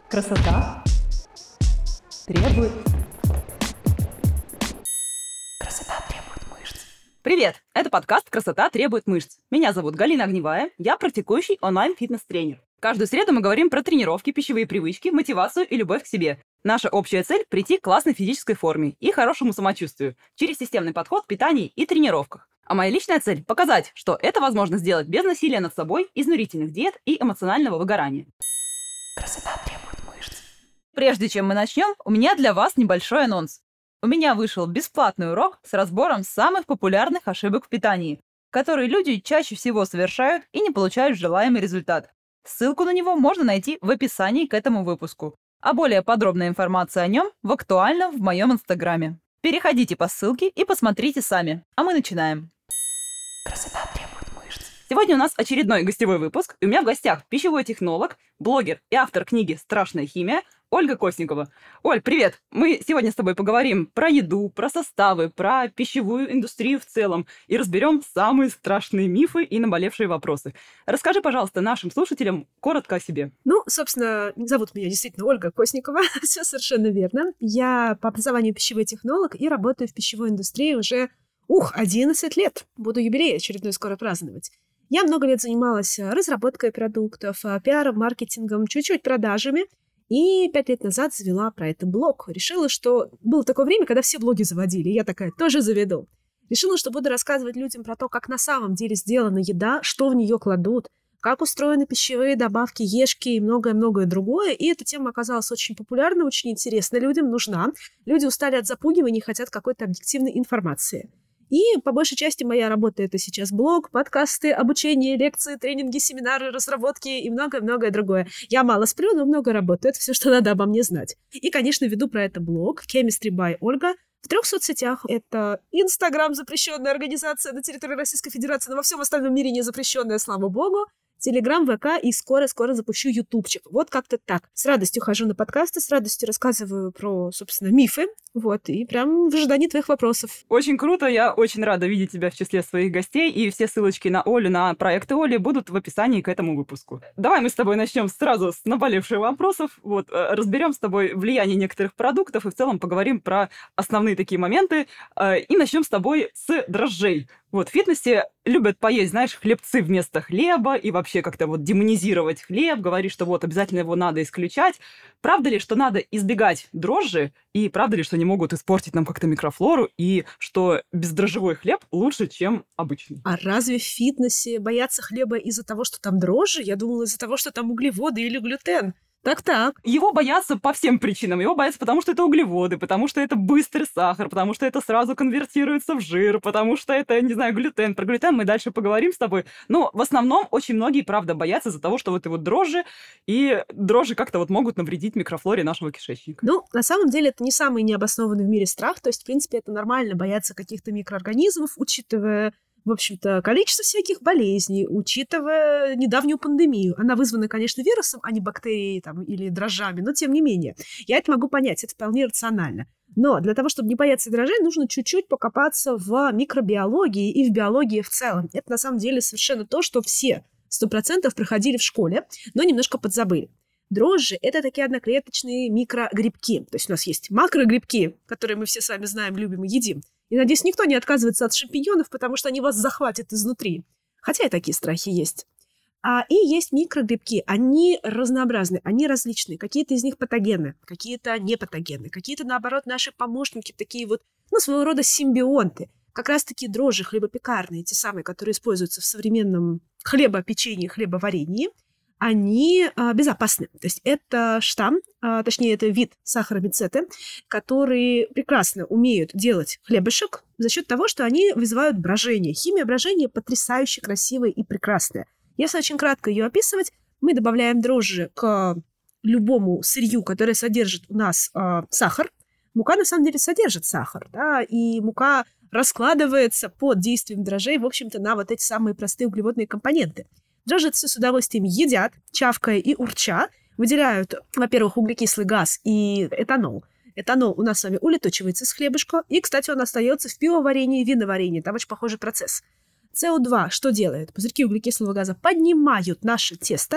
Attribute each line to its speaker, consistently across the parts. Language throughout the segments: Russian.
Speaker 1: Красота требует... Красота требует мышц.
Speaker 2: Привет! Это подкаст «Красота требует мышц». Меня зовут Галина Огневая, я практикующий онлайн-фитнес-тренер. Каждую среду мы говорим про тренировки, пищевые привычки, мотивацию и любовь к себе. Наша общая цель – прийти к классной физической форме и хорошему самочувствию через системный подход в питании и тренировках. А моя личная цель – показать, что это возможно сделать без насилия над собой, изнурительных диет и эмоционального выгорания.
Speaker 1: Красота требует мышц.
Speaker 2: Прежде чем мы начнем, у меня для вас небольшой анонс. У меня вышел бесплатный урок с разбором самых популярных ошибок в питании, которые люди чаще всего совершают и не получают желаемый результат. Ссылку на него можно найти в описании к этому выпуску, а более подробная информация о нем в актуальном в моем инстаграме. Переходите по ссылке и посмотрите сами, а мы начинаем.
Speaker 1: Красота требует мышц.
Speaker 2: Сегодня у нас очередной гостевой выпуск, и у меня в гостях пищевой технолог, блогер и автор книги «Страшная химия» Ольга Косникова. Оль, привет! Мы сегодня с тобой поговорим про еду, про составы, про пищевую индустрию в целом и разберем самые страшные мифы и наболевшие вопросы. Расскажи, пожалуйста, нашим слушателям коротко о себе.
Speaker 3: Собственно, зовут меня действительно Ольга Косникова, все совершенно верно. Я по образованию пищевой технолог и работаю в пищевой индустрии уже, 11 лет. Буду юбилей очередной скоро праздновать. Я много лет занималась разработкой продуктов, пиаром, маркетингом, чуть-чуть продажами. И 5 лет назад завела про это блог. Решила, что было такое время, когда все блоги заводили. Я такая, тоже заведу. Решила, что буду рассказывать людям про то, как на самом деле сделана еда, что в нее кладут, как устроены пищевые добавки, ешки и многое-многое другое. И эта тема оказалась очень популярна, очень интересна людям, нужна. Люди устали от запугивания и хотят какой-то объективной информации. И по большей части моя работа — это сейчас блог, подкасты, обучение, лекции, тренинги, семинары, разработки и многое-многое другое. Я мало сплю, но много работаю. Это все, что надо обо мне знать. И, конечно, веду про это блог Chemistry by Olga в 3 соцсетях. Это Инстаграм, запрещенная организация на территории Российской Федерации, но во всем остальном мире не запрещенная, слава богу. Телеграм, ВК и скоро-скоро запущу ютубчик. Вот как-то так. С радостью хожу на подкасты, с радостью рассказываю про, собственно, мифы. И прям в ожидании твоих вопросов.
Speaker 2: Очень круто, я очень рада видеть тебя в числе своих гостей, и все ссылочки на Олю, на проекты Оли будут в описании к этому выпуску. Давай мы с тобой начнем сразу с наболевших вопросов. Разберем с тобой влияние некоторых продуктов и в целом поговорим про основные такие моменты. И начнем с тобой с дрожжей. В фитнесе любят поесть, знаешь, хлебцы вместо хлеба и вообще как-то демонизировать хлеб, говорить, что обязательно его надо исключать. Правда ли, что надо избегать дрожжи, и правда ли, что они могут испортить нам как-то микрофлору, и что бездрожжевой хлеб лучше, чем обычный?
Speaker 3: А разве в фитнесе боятся хлеба из-за того, что там дрожжи? Я думала, из-за того, что там углеводы или глютен. Так-так.
Speaker 2: Его боятся по всем причинам. Его боятся, потому что это углеводы, потому что это быстрый сахар, потому что это сразу конвертируется в жир, потому что это, не знаю, глютен. Про глютен мы дальше поговорим с тобой. Но в основном очень многие, правда, боятся из-за того, что это дрожжи, и дрожжи как-то могут навредить микрофлоре нашего кишечника.
Speaker 3: На самом деле это не самый необоснованный в мире страх. То есть, в принципе, это нормально бояться каких-то микроорганизмов, учитывая, в общем-то, количество всяких болезней, учитывая недавнюю пандемию. Она вызвана, конечно, вирусом, а не бактерией или дрожжами, но тем не менее. Я это могу понять, это вполне рационально. Но для того, чтобы не бояться дрожжей, нужно чуть-чуть покопаться в микробиологии и в биологии в целом. Это, на самом деле, совершенно то, что все 100% проходили в школе, но немножко подзабыли. Дрожжи — это такие одноклеточные микрогрибки. То есть у нас есть макрогрибки, которые мы все с вами знаем, любим и едим. И, надеюсь, никто не отказывается от шампиньонов, потому что они вас захватят изнутри. Хотя и такие страхи есть. И есть микрогрибки. Они разнообразны, они различные. Какие-то из них патогены, какие-то не патогены, какие-то, наоборот, наши помощники, такие своего рода симбионты. Как раз-таки дрожжи хлебопекарные, те самые, которые используются в современном хлебопечении, хлебоварении, они безопасны. То есть это штамм, точнее, это вид сахаромицеты, которые прекрасно умеют делать хлебушек за счет того, что они вызывают брожение. Химия брожения потрясающе красивая и прекрасная. Если очень кратко ее описывать, мы добавляем дрожжи к любому сырью, которое содержит у нас сахар. Мука, на самом деле, содержит сахар, да, и мука раскладывается под действием дрожжей, в общем-то, на эти самые простые углеводные компоненты. Дрожжи все с удовольствием едят, чавкая и урча, выделяют, во-первых, углекислый газ и этанол. Этанол у нас с вами улетучивается из хлебушка, и, кстати, он остается в пивоварении, виноварении. Там очень похожий процесс. СО2 что делает? Пузырьки углекислого газа поднимают наше тесто,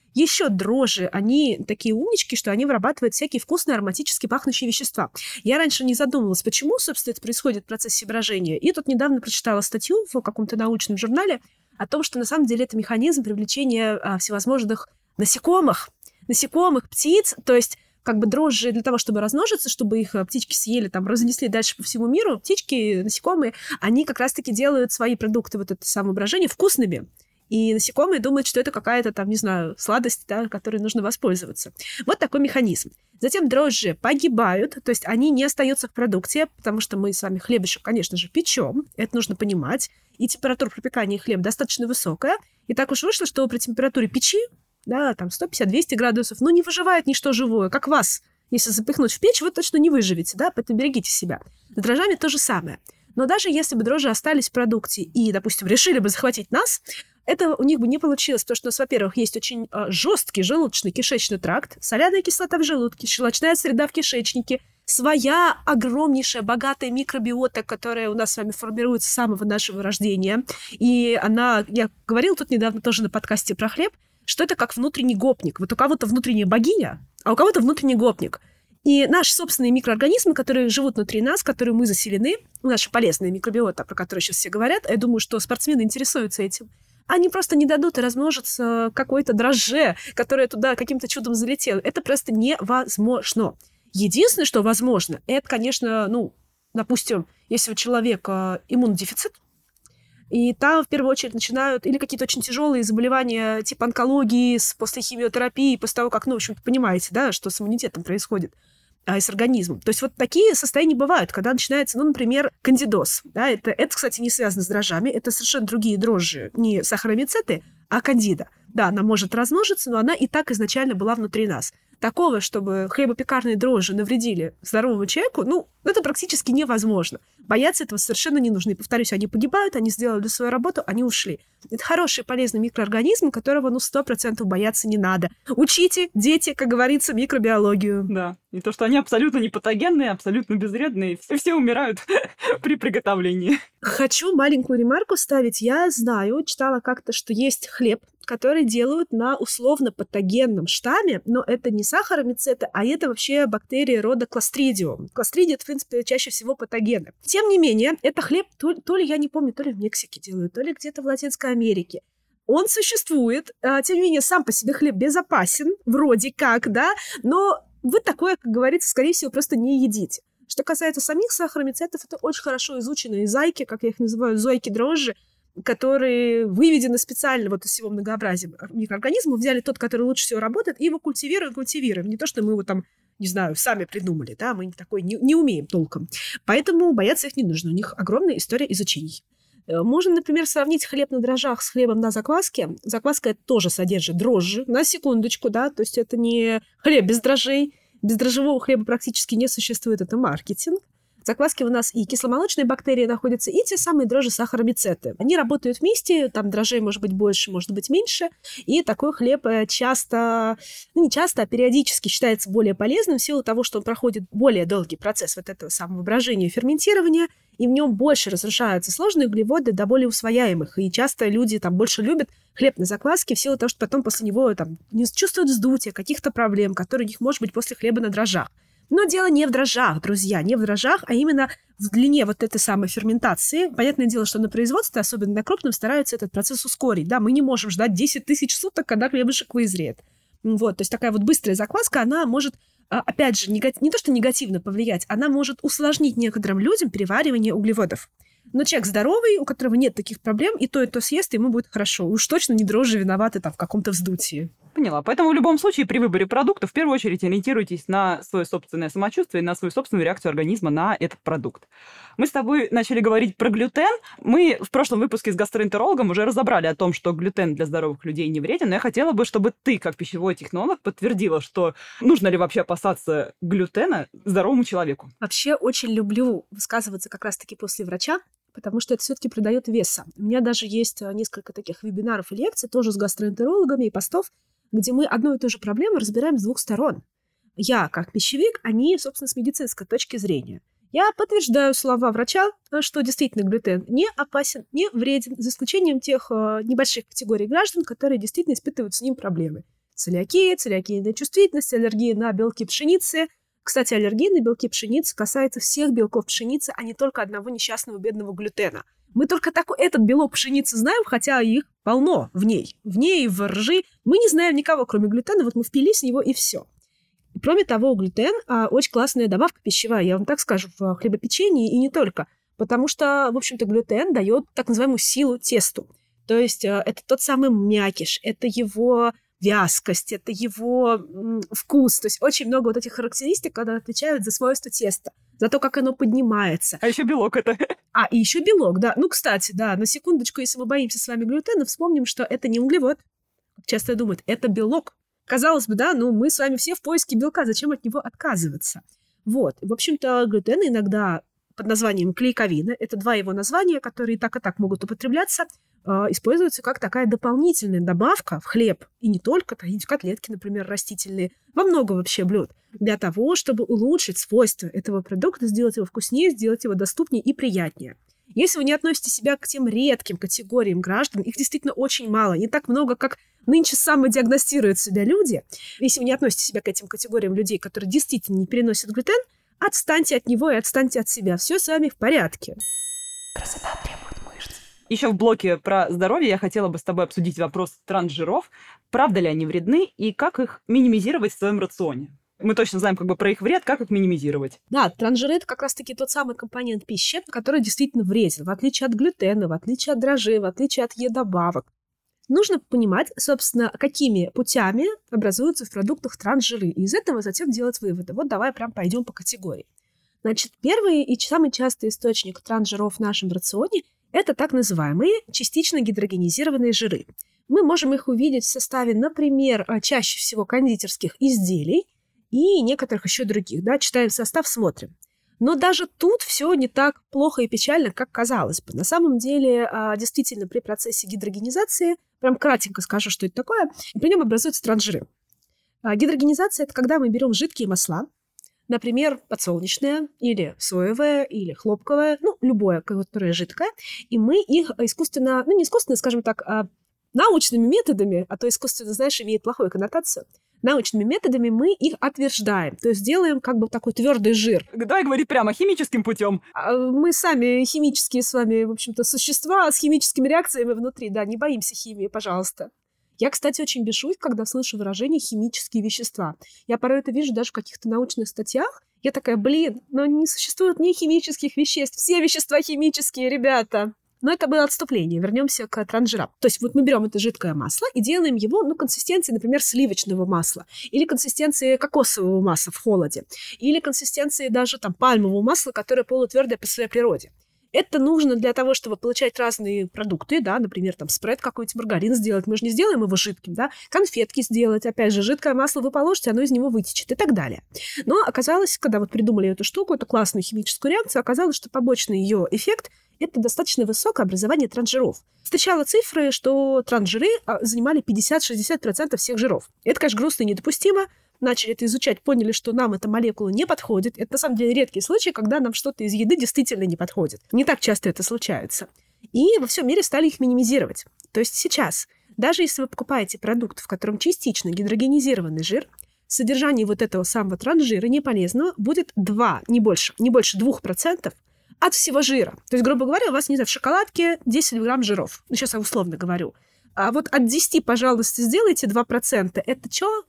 Speaker 3: Еще дрожжи, они такие умнички, что они вырабатывают всякие вкусные ароматически пахнущие вещества. Я раньше не задумывалась, почему, собственно, это происходит в процессе брожения. И тут недавно прочитала статью в каком-то научном журнале о том, что на самом деле это механизм привлечения всевозможных насекомых, птиц, то есть как бы дрожжи для того, чтобы размножиться, чтобы их птички съели, там, разнесли дальше по всему миру, птички, насекомые, они как раз-таки делают свои продукты, вот это самое брожение, вкусными. И насекомые думают, что это какая-то там, не знаю, сладость, да, которой нужно воспользоваться. Вот такой механизм. Затем дрожжи погибают, то есть они не остаются в продукте, потому что мы с вами хлебушек, конечно же, печем, это нужно понимать, и температура пропекания хлеба достаточно высокая. И так уж вышло, что при температуре печи, да, там 150-200 градусов, не выживает ничто живое, как вас. Если запихнуть в печь, вы точно не выживете, да, поэтому берегите себя. С дрожжами то же самое. Но даже если бы дрожжи остались в продукте и, допустим, решили бы захватить нас, это у них бы не получилось, потому что у нас, во-первых, есть очень жесткий желудочно-кишечный тракт, соляная кислота в желудке, щелочная среда в кишечнике, своя огромнейшая, богатая микробиота, которая у нас с вами формируется с самого нашего рождения. И она, я говорила тут недавно тоже на подкасте про хлеб, что это как внутренний гопник. Вот у кого-то внутренняя богиня, а у кого-то внутренний гопник. И наши собственные микроорганизмы, которые живут внутри нас, которые мы заселены, наша полезная микробиота, про которую сейчас все говорят, я думаю, что спортсмены интересуются этим, они просто не дадут и размножиться какой-то дрожже, которое туда каким-то чудом залетело. Это просто невозможно. Единственное, что возможно, это, конечно, допустим, если у человека иммунодефицит, и там в первую очередь начинают или какие-то очень тяжелые заболевания типа онкологии после химиотерапии, после того, как, в общем-то, понимаете, да, что с иммунитетом происходит, и с организмом. То есть вот такие состояния бывают, когда начинается, например, кандидоз. Да, это, кстати, не связано с дрожжами, это совершенно другие дрожжи, не сахаромицеты, а кандида. Да, она может размножиться, но она и так изначально была внутри нас. Такого, чтобы хлебопекарные дрожжи навредили здоровому человеку, это практически невозможно. Бояться этого совершенно не нужно. И, повторюсь, они погибают, они сделали свою работу, они ушли. Это хороший, полезный микроорганизм, которого, 100% бояться не надо. Учите, дети, как говорится, микробиологию.
Speaker 2: Да. И то, что они абсолютно не патогенные, абсолютно безвредные, и все умирают при приготовлении.
Speaker 3: Хочу маленькую ремарку ставить. Я знаю, читала как-то, что есть хлеб, который делают на условно-патогенном штамме, но это не сахаромицеты, а это вообще бактерии рода Clostridium. Clostridium, в принципе, чаще всего патогены. Тем не менее, это хлеб, то ли я не помню, то ли в Мексике делают, то ли где-то в Латинской Америке. Он существует, тем не менее, сам по себе хлеб безопасен, вроде как, да, но вы такое, как говорится, скорее всего, просто не едите. Что касается самих сахаромицетов, это очень хорошо изученные зайки, как я их называю, зойки-дрожжи, которые выведены специально из всего многообразия микроорганизмов, взяли тот, который лучше всего работает, и его культивируем. Не то, что мы его там, не знаю, сами придумали, да, мы такой не умеем толком. Поэтому бояться их не нужно, у них огромная история изучений. Можно, например, сравнить хлеб на дрожжах с хлебом на закваске. Закваска тоже содержит дрожжи, на секундочку, да, то есть это не хлеб без дрожжей. Бездрожжевого хлеба практически не существует, это маркетинг. В закваске у нас и кисломолочные бактерии находятся, и те самые дрожжи сахаромицеты. Они работают вместе, там дрожжей может быть больше, может быть меньше, и такой хлеб часто, не часто, а периодически считается более полезным в силу того, что он проходит более долгий процесс вот этого самого брожения и ферментирования, и в нем больше разрушаются сложные углеводы до более усвояемых, и часто люди там больше любят хлеб на закваске в силу того, что потом после него там не чувствуют вздутия, каких-то проблем, которые у них может быть после хлеба на дрожжах. Но дело не в дрожжах, друзья, не в дрожжах, а именно в длине вот этой самой ферментации. Понятное дело, что на производстве, особенно на крупном, стараются этот процесс ускорить. Да, мы не можем ждать 10 тысяч суток, когда хлебушек вызреет. Вот, то есть такая вот быстрая закваска, она может, опять же, не то что негативно повлиять, она может усложнить некоторым людям переваривание углеводов. Но человек здоровый, у которого нет таких проблем, и то съест, и ему будет хорошо. Уж точно не дрожжи виноваты там в каком-то вздутии.
Speaker 2: Поняла. Поэтому в любом случае при выборе продукта в первую очередь ориентируйтесь на свое собственное самочувствие, на свою собственную реакцию организма на этот продукт. Мы с тобой начали говорить про глютен. Мы в прошлом выпуске с гастроэнтерологом уже разобрали о том, что глютен для здоровых людей не вреден, но я хотела бы, чтобы ты, как пищевой технолог, подтвердила, что нужно ли вообще опасаться глютена здоровому человеку.
Speaker 3: Вообще очень люблю высказываться как раз-таки после врача, потому что это все-таки придает веса. У меня даже есть несколько таких вебинаров и лекций, тоже с гастроэнтерологами и постов, где мы одну и ту же проблему разбираем с двух сторон. Я, как пищевик, они, собственно, с медицинской точки зрения. Я подтверждаю слова врача, что действительно глютен не опасен, не вреден, за исключением тех небольших категорий граждан, которые действительно испытывают с ним проблемы. целиакия, целиакийная чувствительность, аллергия на белки пшеницы. Кстати, аллергия на белки пшеницы касается всех белков пшеницы, а не только одного несчастного бедного глютена. Мы только этот белок пшеницы знаем, хотя их полно в ней. В ней, в ржи. Мы не знаем никого, кроме глютена. Вот мы впились в него, и все. Кроме того, глютен очень классная добавка пищевая, я вам так скажу, в хлебопечении и не только. Потому что, в общем-то, глютен дает так называемую силу тесту. То есть это тот самый мякиш, это его вязкость, это его вкус. То есть очень много вот этих характеристик, которые отвечают за свойства теста, за то, как оно поднимается.
Speaker 2: А еще белок это.
Speaker 3: И еще белок, да. Ну, кстати, да, на секундочку, если мы боимся с вами глютена, вспомним, что это не углевод. Часто думают, это белок. Казалось бы, да, мы с вами все в поиске белка, зачем от него отказываться? Вот. В общем-то, глютен иногда под названием клейковина, это два его названия, которые и так могут употребляться, используются как такая дополнительная добавка в хлеб. И не только, в котлетки, например, растительные, во много вообще блюд, для того, чтобы улучшить свойства этого продукта, сделать его вкуснее, сделать его доступнее и приятнее. Если вы не относите себя к тем редким категориям граждан, их действительно очень мало, не так много, как нынче самодиагностируют себя люди. Если вы не относите себя к этим категориям людей, которые действительно не переносят глютен, отстаньте от него и отстаньте от себя. Все с вами в порядке.
Speaker 1: Красота требует мышц.
Speaker 2: Еще в блоке про здоровье я хотела бы с тобой обсудить вопрос трансжиров. Правда ли они вредны и как их минимизировать в своем рационе? Мы точно знаем про их вред, как их минимизировать.
Speaker 3: Да, трансжиры – это как раз-таки тот самый компонент пищи, который действительно вреден, в отличие от глютена, в отличие от дрожжей, в отличие от добавок. Нужно понимать, собственно, какими путями образуются в продуктах трансжиры, и из этого затем делать выводы. Вот давай прям пойдем по категории. Значит, первый и самый частый источник трансжиров в нашем рационе – это так называемые частично гидрогенизированные жиры. Мы можем их увидеть в составе, например, чаще всего кондитерских изделий и некоторых еще других. Да? Читаем состав, смотрим. Но даже тут все не так плохо и печально, как казалось бы. На самом деле, действительно, при процессе гидрогенизации, прям кратенько скажу, что это такое, при нем образуются трансжиры. Гидрогенизация – это когда мы берем жидкие масла, например, подсолнечное, или соевое, или хлопковое, любое, которое жидкое, и мы их искусственно, не искусственно, скажем так, научными методами, а то искусственно, знаешь, имеет плохую коннотацию, научными методами мы их отверждаем, то есть делаем такой твердый жир.
Speaker 2: Давай говорить прямо химическим путем.
Speaker 3: Мы сами химические с вами, в общем-то, существа с химическими реакциями внутри, да, не боимся химии, пожалуйста. Я, кстати, очень бешусь, когда слышу выражение «химические вещества». Я порой это вижу даже в каких-то научных статьях. Я такая, но не существует ни химических веществ. Все вещества химические, ребята. Но это было отступление. Вернемся к трансжирам. То есть вот мы берем это жидкое масло и делаем его, консистенции, например, сливочного масла, или консистенции кокосового масла в холоде, или консистенции даже пальмового масла, которое полутвердое по своей природе. Это нужно для того, чтобы получать разные продукты, да, например, спред какой-нибудь, маргарин сделать. Мы же не сделаем его жидким, да, конфетки сделать. Опять же, жидкое масло вы положите, оно из него вытечет и так далее. Но оказалось, когда придумали эту штуку, эту классную химическую реакцию, оказалось, что побочный ее эффект – это достаточно высокое образование трансжиров. Встречала цифры, что трансжиры занимали 50-60% всех жиров. Это, конечно, грустно и недопустимо. Начали это изучать, поняли, что нам эта молекула не подходит. Это, на самом деле, редкий случай, когда нам что-то из еды действительно не подходит. Не так часто это случается. И во всем мире стали их минимизировать. То есть сейчас, даже если вы покупаете продукт, в котором частично гидрогенизированный жир, содержание вот этого самого трансжира неполезного будет не больше 2% от всего жира. То есть, грубо говоря, у вас, в шоколадке 10 грамм жиров. Сейчас я условно говорю. А вот от 10, пожалуйста, сделайте 2%. Это что?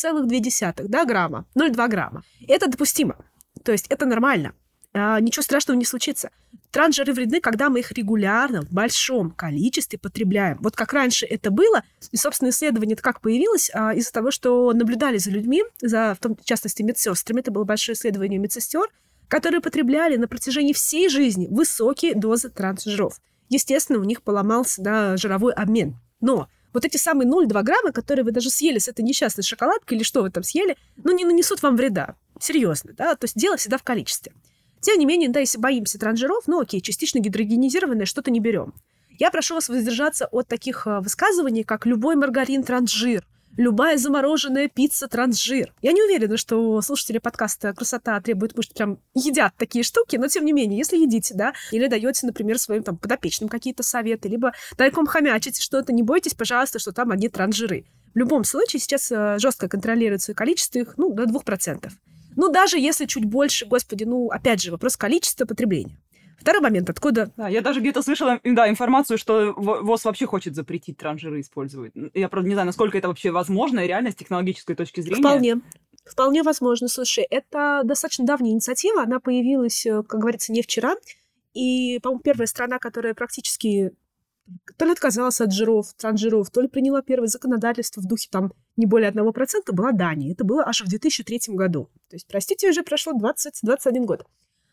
Speaker 3: 0,2 грамма. 0,2 грамма. Это допустимо. То есть это нормально. Ничего страшного не случится. Трансжиры вредны, когда мы их регулярно, в большом количестве потребляем. Вот как раньше это было. И, собственно, исследование как появилось из-за того, что наблюдали за людьми, в том, в частности, медсестрами. Это было большое исследование медсестер, которые потребляли на протяжении всей жизни высокие дозы трансжиров. Естественно, у них поломался жировой обмен. Но вот эти самые 0,2 грамма, которые вы даже съели с этой несчастной шоколадкой или что вы там съели, не нанесут вам вреда. Серьезно, да? То есть дело всегда в количестве. Тем не менее, если боимся трансжиров, окей, частично гидрогенизированное что-то не берем. Я прошу вас воздержаться от таких высказываний, как «любой маргарин трансжир», «любая замороженная пицца трансжир». Я не уверена, что слушатели подкаста «Красота требует мышц» прям едят такие штуки, но тем не менее, если едите, да, или даете, например, своим подопечным какие-то советы, либо тайком хомячите что-то, не бойтесь, пожалуйста, что там одни трансжиры. В любом случае сейчас жестко контролируется количество их, до 2%. Даже если чуть больше, господи, опять же, вопрос количества потребления. Второй момент, откуда...
Speaker 2: Да, я даже где-то слышала, информацию, что ВОЗ вообще хочет запретить трансжиры использовать. Я, правда, не знаю, насколько это вообще возможно и реально с технологической точки зрения.
Speaker 3: Вполне возможно. Слушай, это достаточно давняя инициатива, она появилась, как говорится, не вчера. И, по-моему, первая страна, которая практически то ли отказалась от трансжиров, то ли приняла первое законодательство в духе там не более 1%, была Дания. Это было аж в 2003 году. То есть, простите, уже прошло 20-21 год.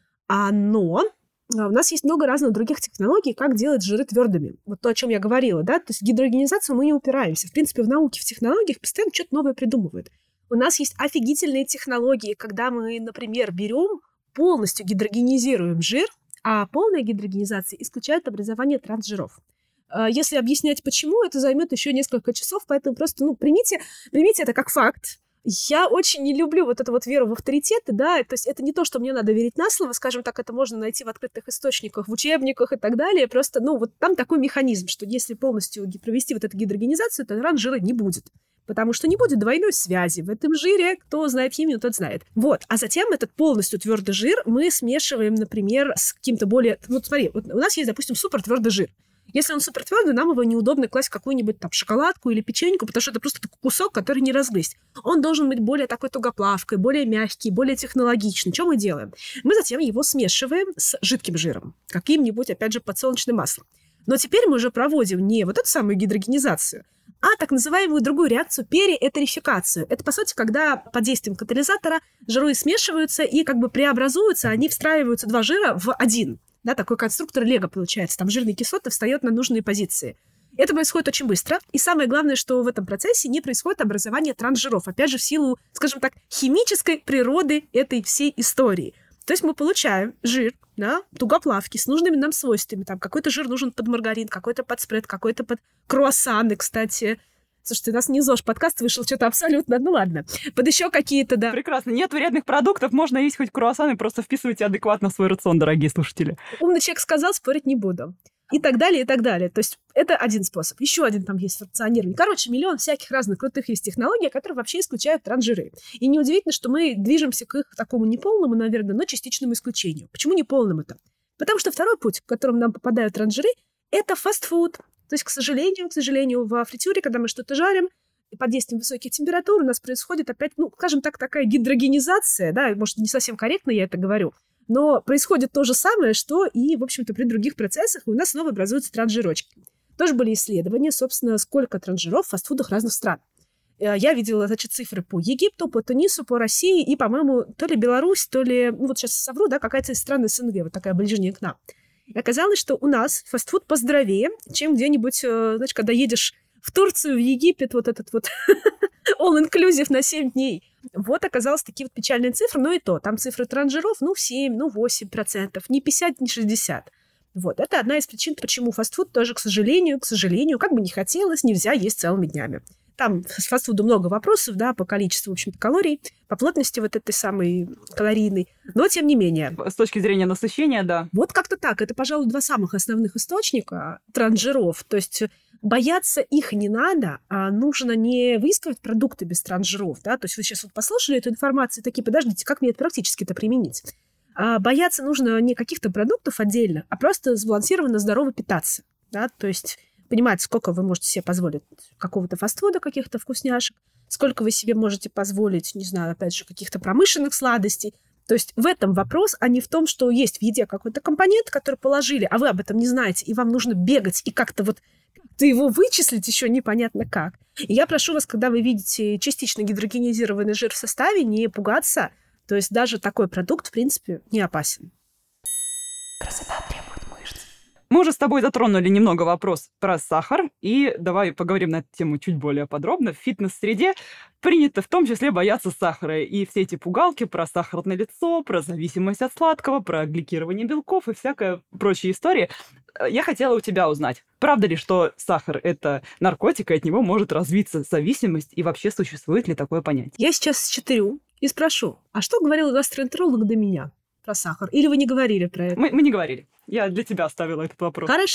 Speaker 3: Но у нас есть много разных других технологий, как делать жиры твердыми. Вот то, о чем я говорила, да? То есть в гидрогенизацию мы не упираемся. В принципе, в науке, в технологиях постоянно что-то новое придумывают. У нас есть офигительные технологии, когда мы, например, берем, полностью гидрогенизируем жир, а полная гидрогенизация исключает образование трансжиров. Если объяснять почему, это займет еще несколько часов, поэтому просто, примите это как факт. Я очень не люблю вот эту вот веру в авторитеты, да, то есть это не то, что мне надо верить на слово, скажем так, это можно найти в открытых источниках, в учебниках и так далее, просто, вот там такой механизм, что если полностью провести вот эту гидрогенизацию, то трансжира не будет, потому что не будет двойной связи в этом жире, кто знает химию, тот знает. Вот, а затем этот полностью твердый жир мы смешиваем, например, с каким-то более, смотри, у нас есть, допустим, супертвердый жир. Если он супертвердый, нам его неудобно класть в какую-нибудь там шоколадку или печеньку, потому что это просто такой кусок, который не разгрызть. Он должен быть более такой тугоплавкой, более мягкий, более технологичный. Что мы делаем? Мы затем его смешиваем с жидким жиром, каким-нибудь, опять же, подсолнечным маслом. Но теперь мы уже проводим не вот эту самую гидрогенизацию, а так называемую другую реакцию переэтерификацию. Это, по сути, когда под действием катализатора жиры смешиваются и как бы преобразуются, они встраиваются два жира в один. Да, такой конструктор Лего получается. Там жирные кислоты встают на нужные позиции. Это происходит очень быстро. И самое главное, что в этом процессе не происходит образование трансжиров. Опять же, в силу, скажем так, химической природы этой всей истории. То есть мы получаем жир, да, тугоплавкий, с нужными нам свойствами. Там какой-то жир нужен под маргарин, какой-то под спред, какой-то под круассаны, кстати. Слушайте, у нас не ЗОЖ-подкаст вышел, что-то абсолютно, ладно. Под еще какие-то, да.
Speaker 2: Прекрасно. Нет вредных продуктов, можно есть хоть круассаны, просто вписывайте адекватно в свой рацион, дорогие слушатели.
Speaker 3: Умный человек сказал, спорить не буду. И так далее, и так далее. То есть это один способ. Еще один там есть фракционирование. Короче, миллион всяких разных крутых есть технологий, которые вообще исключают трансжиры. И неудивительно, что мы движемся к их такому неполному, наверное, но частичному исключению. Почему неполному это? Потому что второй путь, к которому нам попадают трансжиры, это фастфуд. То есть, к сожалению, во фритюре, когда мы что-то жарим, и под действием высоких температур у нас происходит опять, скажем так, такая гидрогенизация, да, может, не совсем корректно я это говорю, но происходит то же самое, что и, в общем-то, при других процессах, и у нас снова образуются трансжирочки. Тоже были исследования, собственно, сколько трансжиров в фастфудах разных стран. Я видела, цифры по Египту, по Тунису, по России и, по-моему, то ли Беларусь, то ли, сейчас совру, да, какая-то из стран СНГ, вот такая ближняя к нам. И оказалось, что у нас фастфуд поздоровее, чем где-нибудь, когда едешь в Турцию, в Египет, вот этот вот all-inclusive на 7 дней. Вот оказалось такие вот печальные цифры, но и то. Там цифры трансжиров, 7, 8%, не 50, не 60. Вот, это одна из причин, почему фастфуд тоже, к сожалению, как бы не хотелось, нельзя есть целыми днями. Там с фастфудом много вопросов, да, по количеству, в общем-то, калорий, по плотности вот этой самой калорийной, но тем не менее.
Speaker 2: С точки зрения насыщения, да.
Speaker 3: Вот как-то так. Это, пожалуй, два самых основных источника трансжиров. То есть бояться их не надо, а нужно не выискивать продукты без трансжиров, да. То есть вы сейчас вот послушали эту информацию и такие, подождите, как мне это практически-то применить? А бояться нужно не каких-то продуктов отдельно, а просто сбалансированно здорово питаться, да, то есть понимать, сколько вы можете себе позволить какого-то фастфуда, каких-то вкусняшек, сколько вы себе можете позволить, не знаю, опять же, каких-то промышленных сладостей. То есть в этом вопрос, а не в том, что есть в еде какой-то компонент, который положили, а вы об этом не знаете, и вам нужно бегать и как-то его вычислить еще непонятно как. И я прошу вас, когда вы видите частично гидрогенизированный жир в составе, не пугаться. То есть даже такой продукт, в принципе, не опасен.
Speaker 1: Красота требует мышц.
Speaker 2: Мы уже с тобой затронули немного вопрос про сахар, и давай поговорим на эту тему чуть более подробно. В фитнес-среде принято в том числе бояться сахара, и все эти пугалки про сахарное лицо, про зависимость от сладкого, про гликирование белков и всякая прочая история. Я хотела у тебя узнать, правда ли, что сахар – это наркотик, и от него может развиться зависимость, и вообще существует ли такое понятие?
Speaker 3: Я сейчас считаю и спрошу, а что говорил гастроэнтеролог до меня про сахар? Или вы не говорили про это?
Speaker 2: Мы не говорили. Я для тебя оставила этот вопрос.
Speaker 3: Хорошо.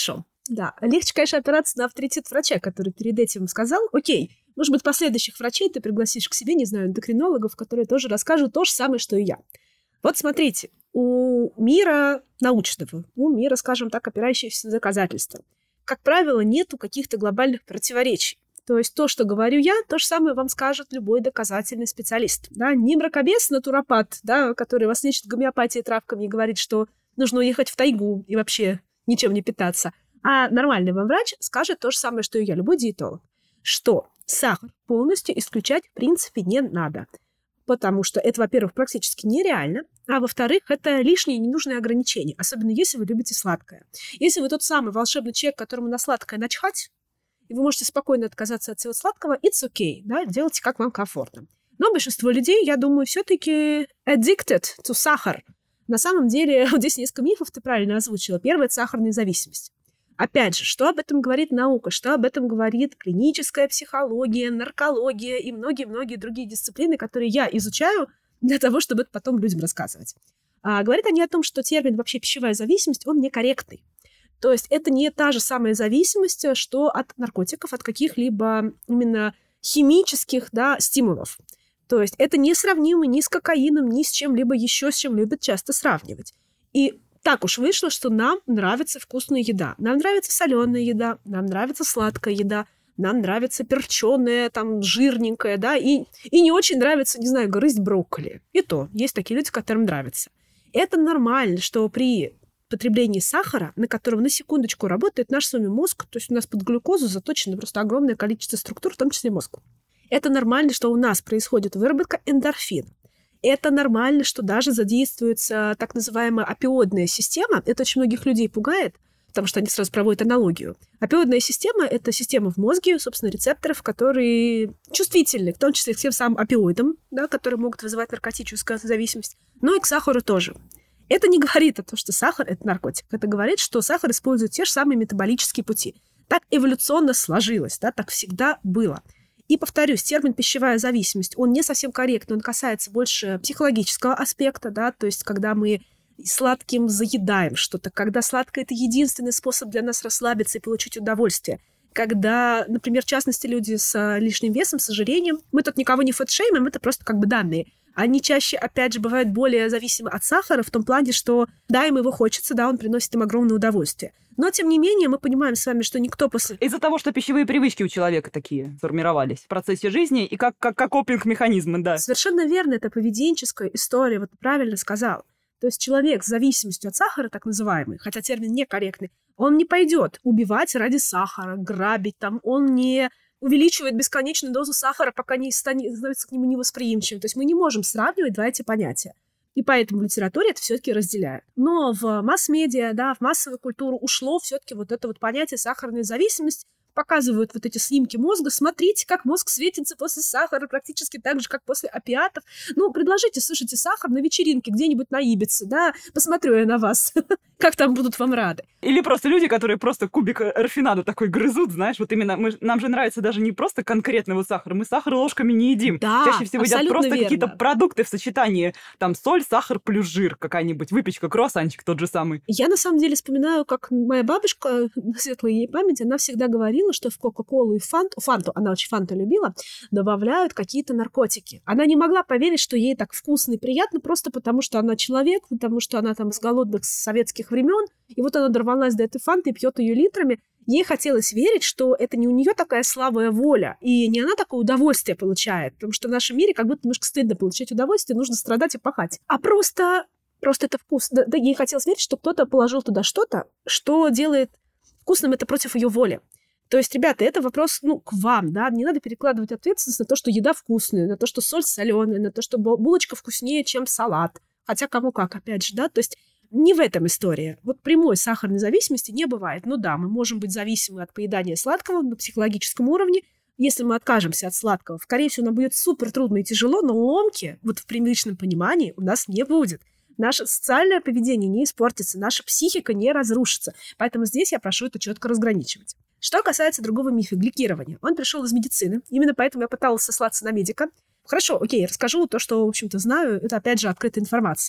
Speaker 3: Да, легче, конечно, опираться на авторитет врача, который перед этим сказал, окей, может быть, последующих врачей ты пригласишь к себе, не знаю, эндокринологов, которые тоже расскажут то же самое, что и я. Вот смотрите, у мира научного, у мира, скажем так, опирающегося на доказательства, как правило, нету каких-то глобальных противоречий. То есть то, что говорю я, то же самое вам скажет любой доказательный специалист. Да? Не мракобес, натуропат, да, который вас лечит гомеопатией травками и говорит, что нужно уехать в тайгу и вообще ничем не питаться. А нормальный вам врач скажет то же самое, что и я, любой диетолог, что сахар полностью исключать в принципе не надо. Потому что это, во-первых, практически нереально, а во-вторых, это лишние ненужные ограничения, особенно если вы любите сладкое. Если вы тот самый волшебный человек, которому на сладкое начхать, и вы можете спокойно отказаться от всего сладкого, it's okay, да, делайте, как вам комфортно. Но большинство людей, я думаю, все-таки addicted to сахар. На самом деле, вот здесь несколько мифов ты правильно озвучила. Первое – это сахарная зависимость. Опять же, что об этом говорит наука, что об этом говорит клиническая психология, наркология и многие-многие другие дисциплины, которые я изучаю для того, чтобы это потом людям рассказывать. Говорят они о том, что термин вообще пищевая зависимость, он некорректный. То есть это не та же самая зависимость, что от наркотиков, от каких-либо именно химических, да, стимулов. То есть это не сравнимо ни с кокаином, ни с чем-либо еще, с чем любят часто сравнивать. И так уж вышло, что нам нравится вкусная еда. Нам нравится соленая еда, нам нравится сладкая еда, нам нравится перченая, там, жирненькая, да, и не очень нравится, не знаю, грызть брокколи. И то, есть такие люди, которым нравится. Это нормально, что при потреблении сахара, на котором на секундочку работает наш с вами мозг, то есть у нас под глюкозу заточено просто огромное количество структур, в том числе мозг. Это нормально, что у нас происходит выработка эндорфина. Это нормально, что даже задействуется так называемая опиоидная система. Это очень многих людей пугает, потому что они сразу проводят аналогию. Опиоидная система – это система в мозге, собственно, рецепторов, которые чувствительны, в том числе к тем самым опиоидам, да, которые могут вызывать наркотическую зависимость, но и к сахару тоже. Это не говорит о том, что сахар – это наркотик. Это говорит, что сахар использует те же самые метаболические пути. Так эволюционно сложилось, да, так всегда было. И, повторюсь, термин «пищевая зависимость», он не совсем корректный, он касается больше психологического аспекта, да, то есть когда мы сладким заедаем что-то, когда сладкое – это единственный способ для нас расслабиться и получить удовольствие, когда, например, в частности, люди с лишним весом, с ожирением, мы тут никого не фэтшеймим, это просто как бы данные, они чаще, опять же, бывают более зависимы от сахара в том плане, что да, им его хочется, да, он приносит им огромное удовольствие. Но, тем не менее, мы понимаем с вами, что никто после...
Speaker 2: Из-за того, что пищевые привычки у человека такие сформировались в процессе жизни и как копинг-механизмы, да.
Speaker 3: Совершенно верно, это поведенческая история, вот ты правильно сказал. То есть человек с зависимостью от сахара, так называемый, хотя термин некорректный, он не пойдет убивать ради сахара, грабить, там, он не увеличивает бесконечную дозу сахара, пока не становится к нему невосприимчивым. То есть мы не можем сравнивать два эти понятия. И поэтому в литературе это все-таки разделяют. Но в масс-медиа, да, в массовую культуру ушло все-таки вот это вот понятие сахарная зависимость. Показывают вот эти снимки мозга. Смотрите, как мозг светится после сахара, практически так же, как после опиатов. Ну, предложите, слушайте, сахар на вечеринке где-нибудь на Ибице, да, посмотрю я на вас, как там будут вам рады.
Speaker 2: Или просто люди, которые просто кубик рафинада такой грызут, знаешь, вот именно, нам же нравится даже не просто конкретный вот сахар, мы сахар ложками не едим.
Speaker 3: Да,
Speaker 2: чаще всего едят просто
Speaker 3: верно.
Speaker 2: Какие-то продукты в сочетании, там, соль, сахар плюс жир, какая-нибудь выпечка, круассанчик тот же самый.
Speaker 3: Я, на самом деле, вспоминаю, как моя бабушка, светлая ей память, она всегда говорила, что в Кока-Колу и фанту, она очень фанту любила, добавляют какие-то наркотики. Она не могла поверить, что ей так вкусно и приятно, просто потому что она человек, потому что она там с голодных советских времен, и вот она дорвалась до этой фанты и пьет ее литрами. Ей хотелось верить, что это не у нее такая слабая воля, и не она такое удовольствие получает, потому что в нашем мире как будто немножко стыдно получать удовольствие, нужно страдать и пахать. А просто это вкус. Да, ей хотелось верить, что кто-то положил туда что-то, что делает вкусным это против ее воли. То есть, ребята, это вопрос, к вам, да, не надо перекладывать ответственность на то, что еда вкусная, на то, что соль соленая, на то, что булочка вкуснее, чем салат. Хотя кому как, опять же, да, то есть не в этом история. Вот прямой сахарной зависимости не бывает. Ну да, мы можем быть зависимы от поедания сладкого на психологическом уровне. Если мы откажемся от сладкого, скорее всего, нам будет супер трудно и тяжело, но ломки, вот в привычном понимании, у нас не будет. Наше социальное поведение не испортится, наша психика не разрушится. Поэтому здесь я прошу это четко разграничивать. Что касается другого мифа, гликирования. Он пришел из медицины. Именно поэтому я пыталась сослаться на медика. Хорошо, окей, расскажу то, что, в общем-то, знаю. Это, опять же, открытая информация.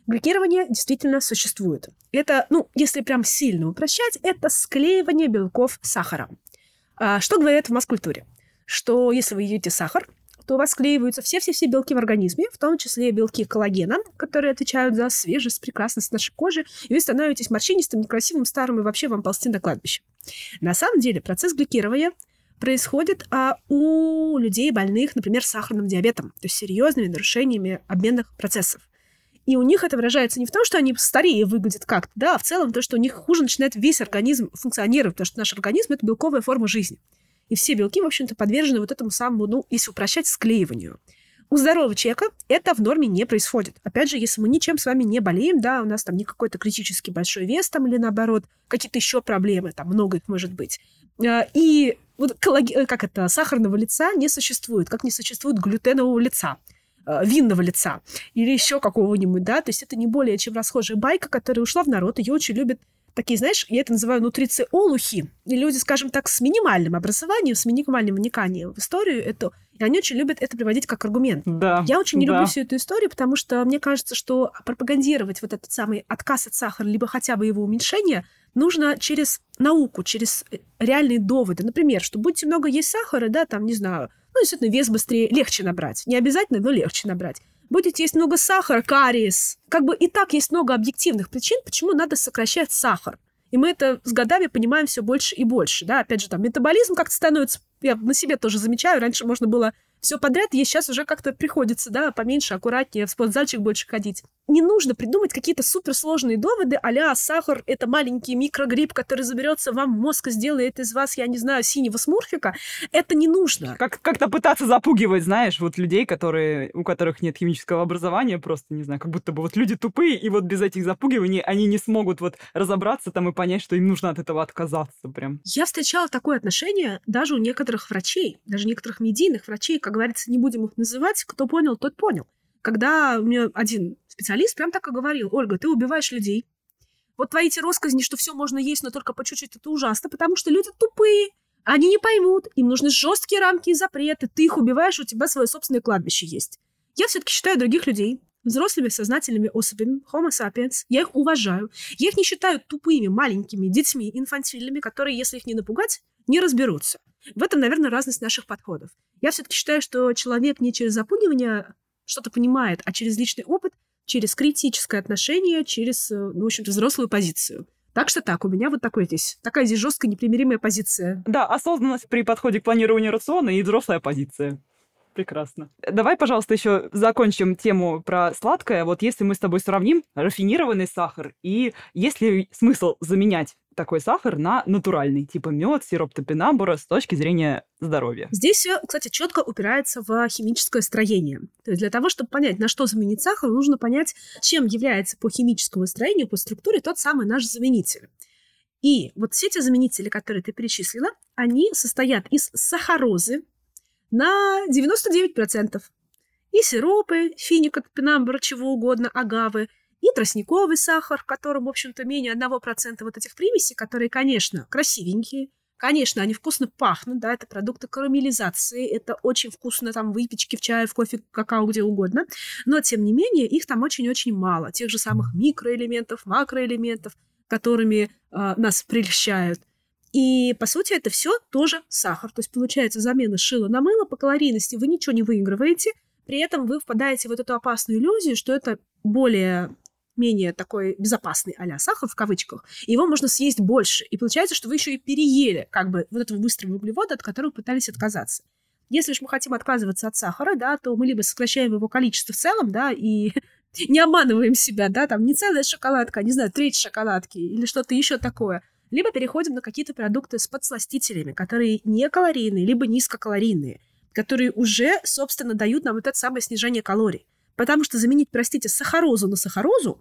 Speaker 3: Гликирование действительно существует. Это, если прям сильно упрощать, это склеивание белков с сахаром. Что говорят в масс-культуре? Что если вы едите сахар, то у вас склеиваются все-все-все белки в организме, в том числе белки коллагена, которые отвечают за свежесть, прекрасность нашей кожи, и вы становитесь морщинистым, некрасивым, старым, и вообще вам ползти на кладбище. На самом деле процесс гликирования происходит у людей, больных, например, сахарным диабетом, то есть серьезными нарушениями обменных процессов. И у них это выражается не в том, что они старее выглядят как-то, да, а в целом то, что у них хуже начинает весь организм функционировать, потому что наш организм — это белковая форма жизни. И все белки, в общем-то, подвержены вот этому самому, если упрощать, склеиванию. У здорового человека это в норме не происходит. Опять же, если мы ничем с вами не болеем, да, у нас там не какой-то критически большой вес там или наоборот, какие-то еще проблемы, там много их может быть. И вот сахарного лица не существует, как не существует глютенового лица, винного лица или еще какого-нибудь, да, то есть это не более чем расхожая байка, которая ушла в народ, ее очень любят такие, знаешь, я это называю нутрициолухи, и люди, скажем так, с минимальным образованием, с минимальным вниканием в историю эту, и они очень любят это приводить как аргумент.
Speaker 2: Да,
Speaker 3: я очень не люблю всю эту историю, потому что мне кажется, что пропагандировать вот этот самый отказ от сахара, либо хотя бы его уменьшение, нужно через науку, через реальные доводы. Например, что будете много есть сахара, да, там, не знаю, действительно, вес быстрее, легче набрать. Не обязательно, но легче набрать. Будете есть много сахара, кариес. Как бы и так есть много объективных причин, почему надо сокращать сахар. И мы это с годами понимаем все больше и больше. Да? Опять же, там метаболизм как-то становится... Я на себе тоже замечаю. Раньше можно было все подряд есть, сейчас уже как-то приходится, да, поменьше, аккуратнее, в спортзальчик больше ходить. Не нужно придумать какие-то суперсложные доводы а-ля сахар — это маленький микрогриб, который заберется вам в мозг и сделает из вас, я не знаю, синего смурфика. Это не нужно.
Speaker 2: Как-то пытаться запугивать, знаешь, вот людей, у которых нет химического образования, просто, не знаю, как будто бы вот люди тупые, и вот без этих запугиваний они не смогут вот разобраться там и понять, что им нужно от этого отказаться прям.
Speaker 3: Я встречала такое отношение даже у некоторых врачей, даже некоторых медийных врачей, как говорится, не будем их называть, кто понял, тот понял. Когда мне один специалист прям так и говорил: Ольга, ты убиваешь людей. Вот твои эти россказни, что все можно есть, но только по чуть-чуть, это ужасно, потому что люди тупые, они не поймут, им нужны жесткие рамки и запреты, ты их убиваешь, у тебя свое собственное кладбище есть. Я все-таки считаю других людей взрослыми сознательными особями, homo sapiens, я их уважаю. Я их не считаю тупыми, маленькими детьми, инфантильными, которые, если их не напугать, не разберутся. В этом, наверное, разность наших подходов. Я все-таки считаю, что человек не через запугивание что-то понимает, а через личный опыт, через критическое отношение, через, в общем-то, взрослую позицию. Так что так, у меня вот такая здесь жесткая, непримиримая позиция.
Speaker 2: Да, осознанность при подходе к планированию рациона и взрослая позиция. Прекрасно. Давай, пожалуйста, еще закончим тему про сладкое. Вот если мы с тобой сравним рафинированный сахар, и есть ли смысл заменять такой сахар на натуральный, типа мед, сироп топинамбура с точки зрения здоровья?
Speaker 3: Здесь все, кстати, четко упирается в химическое строение. То есть для того, чтобы понять, на что заменить сахар, нужно понять, чем является по химическому строению, по структуре тот самый наш заменитель. И вот все эти заменители, которые ты перечислила, они состоят из сахарозы на 99%. И сиропы, финика, топинамбура, чего угодно, агавы, и тростниковый сахар, в котором, в общем-то, менее 1% вот этих примесей, которые, конечно, красивенькие, конечно, они вкусно пахнут, да, это продукты карамелизации, это очень вкусно там в выпечке, в чае, в кофе, какао, где угодно, но, тем не менее, их там очень-очень мало, тех же самых микроэлементов, макроэлементов, которыми нас прельщают. И, по сути, это все тоже сахар. То есть, получается, замена шила на мыло, по калорийности вы ничего не выигрываете, при этом вы впадаете в вот эту опасную иллюзию, что это более-менее такой безопасный а-ля сахар, в кавычках, и его можно съесть больше. И получается, что вы еще и переели как бы вот этого быстрого углевода, от которого пытались отказаться. Если уж мы хотим отказываться от сахара, да, то мы либо сокращаем его количество в целом, да, и не обманываем себя, да, там не целая шоколадка, а, не знаю, треть шоколадки или что-то еще такое, либо переходим на какие-то продукты с подсластителями, которые не калорийные, либо низкокалорийные, которые уже, собственно, дают нам вот это самое снижение калорий. Потому что заменить, простите, сахарозу на сахарозу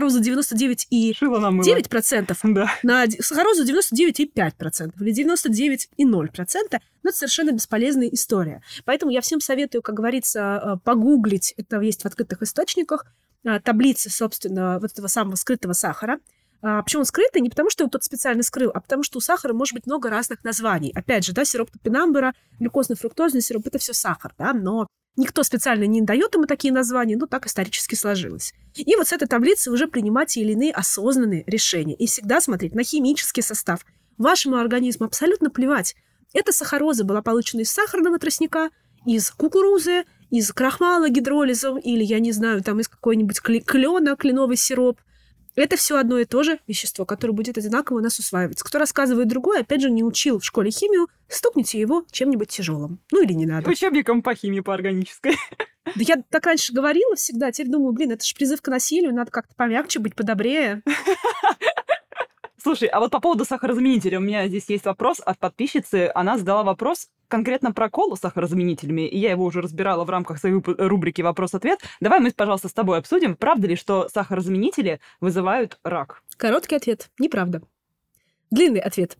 Speaker 3: 99,9%,
Speaker 2: да,
Speaker 3: на сахарозу 99,5% или 99,0%, это совершенно бесполезная история. Поэтому я всем советую, как говорится, погуглить, это есть в открытых источниках, таблицы, собственно, вот этого самого скрытого сахара. Почему он скрытый? Не потому, что его кто-то специально скрыл, а потому, что у сахара может быть много разных названий. Опять же, да, сироп топинамбура, глюкозно-фруктозный сироп — это все сахар, да, но никто специально не дает ему такие названия, но так исторически сложилось. И вот с этой таблицы уже принимать те или иные осознанные решения. И всегда смотреть на химический состав. Вашему организму абсолютно плевать. Эта сахароза была получена из сахарного тростника, из кукурузы, из крахмала гидролизом или, я не знаю, там из какой-нибудь клена, кленовый сироп. Это все одно и то же вещество, которое будет одинаково у нас усваиваться. Кто рассказывает другое, опять же, не учил в школе химию, стукните его чем-нибудь тяжелым. Ну или не надо.
Speaker 2: Учебником по химии, по органической.
Speaker 3: Да я так раньше говорила всегда, теперь думаю, это же призыв к насилию, надо как-то помягче быть, подобрее.
Speaker 2: Слушай, а вот по поводу сахарозаменителя у меня здесь есть вопрос от подписчицы. Она задала вопрос конкретно про колу с сахарозаменителями, и я его уже разбирала в рамках своей рубрики «Вопрос-ответ». Давай мы, пожалуйста, с тобой обсудим, правда ли, что сахарозаменители вызывают рак?
Speaker 3: Короткий ответ – неправда. Длинный ответ.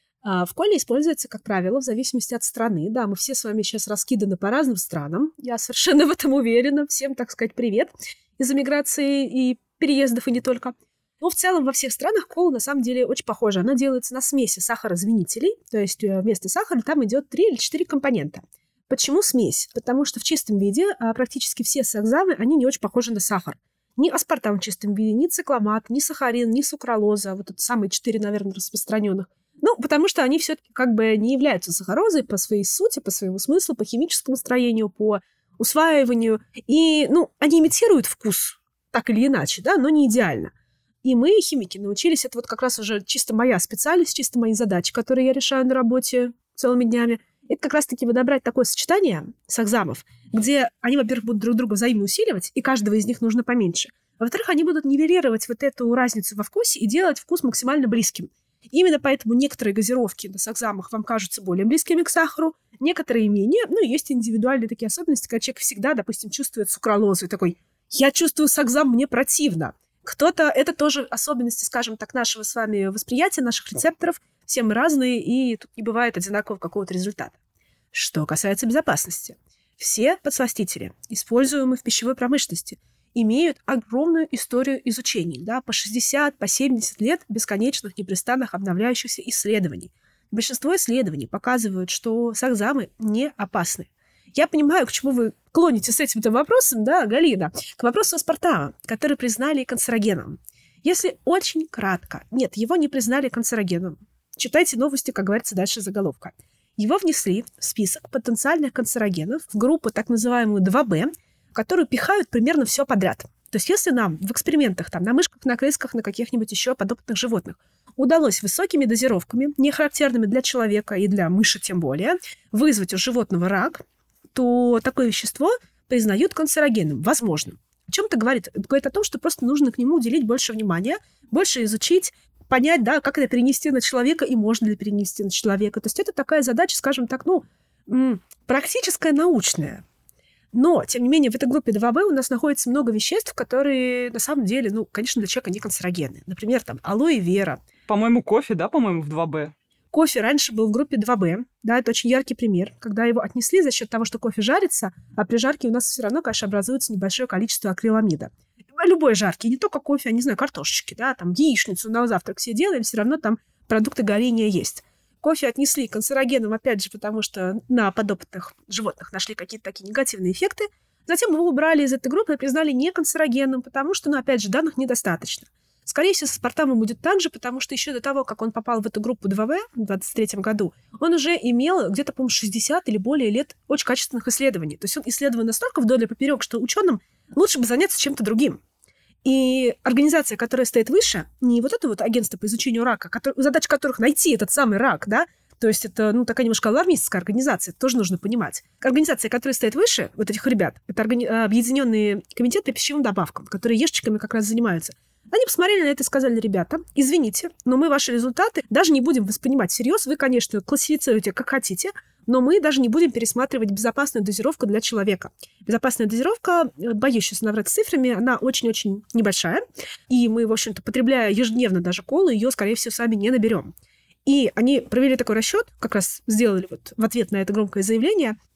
Speaker 3: В коле используется, как правило, в зависимости от страны. Да, мы все с вами сейчас раскиданы по разным странам. Я совершенно в этом уверена. Всем, так сказать, привет из эмиграции и переездов, и не только. Но в целом во всех странах кола на самом деле очень похожа. Она делается на смеси сахарозаменителей, то есть вместо сахара там идет 3 или 4 компонента. Почему смесь? Потому что в чистом виде практически все сахзамы, они не очень похожи на сахар. Ни аспартам в чистом виде, ни цикламат, ни сахарин, ни сукралоза. Вот это самые 4, наверное, распространенных. Ну, потому что они все-таки как бы не являются сахарозой по своей сути, по своему смыслу, по химическому строению, по усваиванию. И, они имитируют вкус так или иначе, да, но не идеально. И мы, химики, научились, это вот как раз уже чисто моя специальность, чисто мои задачи, которые я решаю на работе целыми днями. Это как раз-таки подобрать такое сочетание сахзамов, где они, во-первых, будут друг друга взаимно усиливать, и каждого из них нужно поменьше. А во-вторых, они будут нивелировать вот эту разницу во вкусе и делать вкус максимально близким. Именно поэтому некоторые газировки на сахзамах вам кажутся более близкими к сахару, некоторые менее. Есть индивидуальные такие особенности, когда человек всегда, допустим, чувствует сукралозу и такой: «Я чувствую сахзам, мне противно». Кто-то, это тоже особенности, скажем так, нашего с вами восприятия, наших рецепторов. Все мы разные, и тут не бывает одинакового какого-то результата. Что касается безопасности. Все подсластители, используемые в пищевой промышленности, имеют огромную историю изучений, да, по 60, по 70 лет бесконечных, непрестанных, обновляющихся исследований. Большинство исследований показывают, что сахзамы не опасны. Я понимаю, к чему вы клоните с этим-то вопросом, да, Галина, к вопросу аспартама, который признали канцерогеном. Если очень кратко, нет, его не признали канцерогеном. Читайте новости, как говорится, дальше заголовка. Его внесли в список потенциальных канцерогенов в группу так называемую 2Б, которую пихают примерно все подряд. То есть если нам в экспериментах, там, на мышках, на крысках, на каких-нибудь еще подопытных животных удалось высокими дозировками, не характерными для человека и для мыши тем более, вызвать у животного рак, то такое вещество признают канцерогенным. Возможно. О чем это говорит? Это говорит о том, что просто нужно к нему уделить больше внимания, больше изучить, понять, да, как это перенести на человека и можно ли перенести на человека. То есть это такая задача, скажем так, практическая, научная. Но, тем не менее, в этой группе 2Б у нас находится много веществ, которые, на самом деле, конечно, для человека не канцерогенны. Например, там, алоэ вера.
Speaker 2: По-моему, кофе, да, в 2Б?
Speaker 3: Кофе раньше был в группе 2Б, да, это очень яркий пример, когда его отнесли за счет того, что кофе жарится, а при жарке у нас все равно, конечно, образуется небольшое количество акриламида. Любой жаркий, не только кофе, а, не знаю, картошечки, да, там, яичницу на завтрак все делаем, все равно там продукты горения есть. Кофе отнесли канцерогеном, опять же, потому что на подопытных животных нашли какие-то такие негативные эффекты. Затем его убрали из этой группы и признали не канцерогенным, потому что, опять же, данных недостаточно. Скорее всего, с аспартамом будет так же, потому что еще до того, как он попал в эту группу 2В в 2023 году, он уже имел где-то, по-моему, 60 или более лет очень качественных исследований. То есть он исследован настолько вдоль и поперек, что ученым лучше бы заняться чем-то другим. И организация, которая стоит выше, не вот это вот агентство по изучению рака, задача которых найти этот самый рак, да, то есть это, такая немножко алармистская организация, это тоже нужно понимать. Организация, которая стоит выше вот этих ребят, это объединенные комитеты по пищевым добавкам, которые ешечками как раз занимаются. Они посмотрели на это и сказали: ребята, извините, но мы ваши результаты даже не будем воспринимать всерьез. Вы, конечно, классифицируете как хотите, но мы даже не будем пересматривать безопасную дозировку для человека. Безопасная дозировка, боюсь сейчас наврать с цифрами, она очень-очень небольшая. И мы, в общем-то, потребляя ежедневно даже колу, ее, скорее всего, сами не наберем. И они провели такой расчет, как раз сделали вот в ответ на это громкое заявление,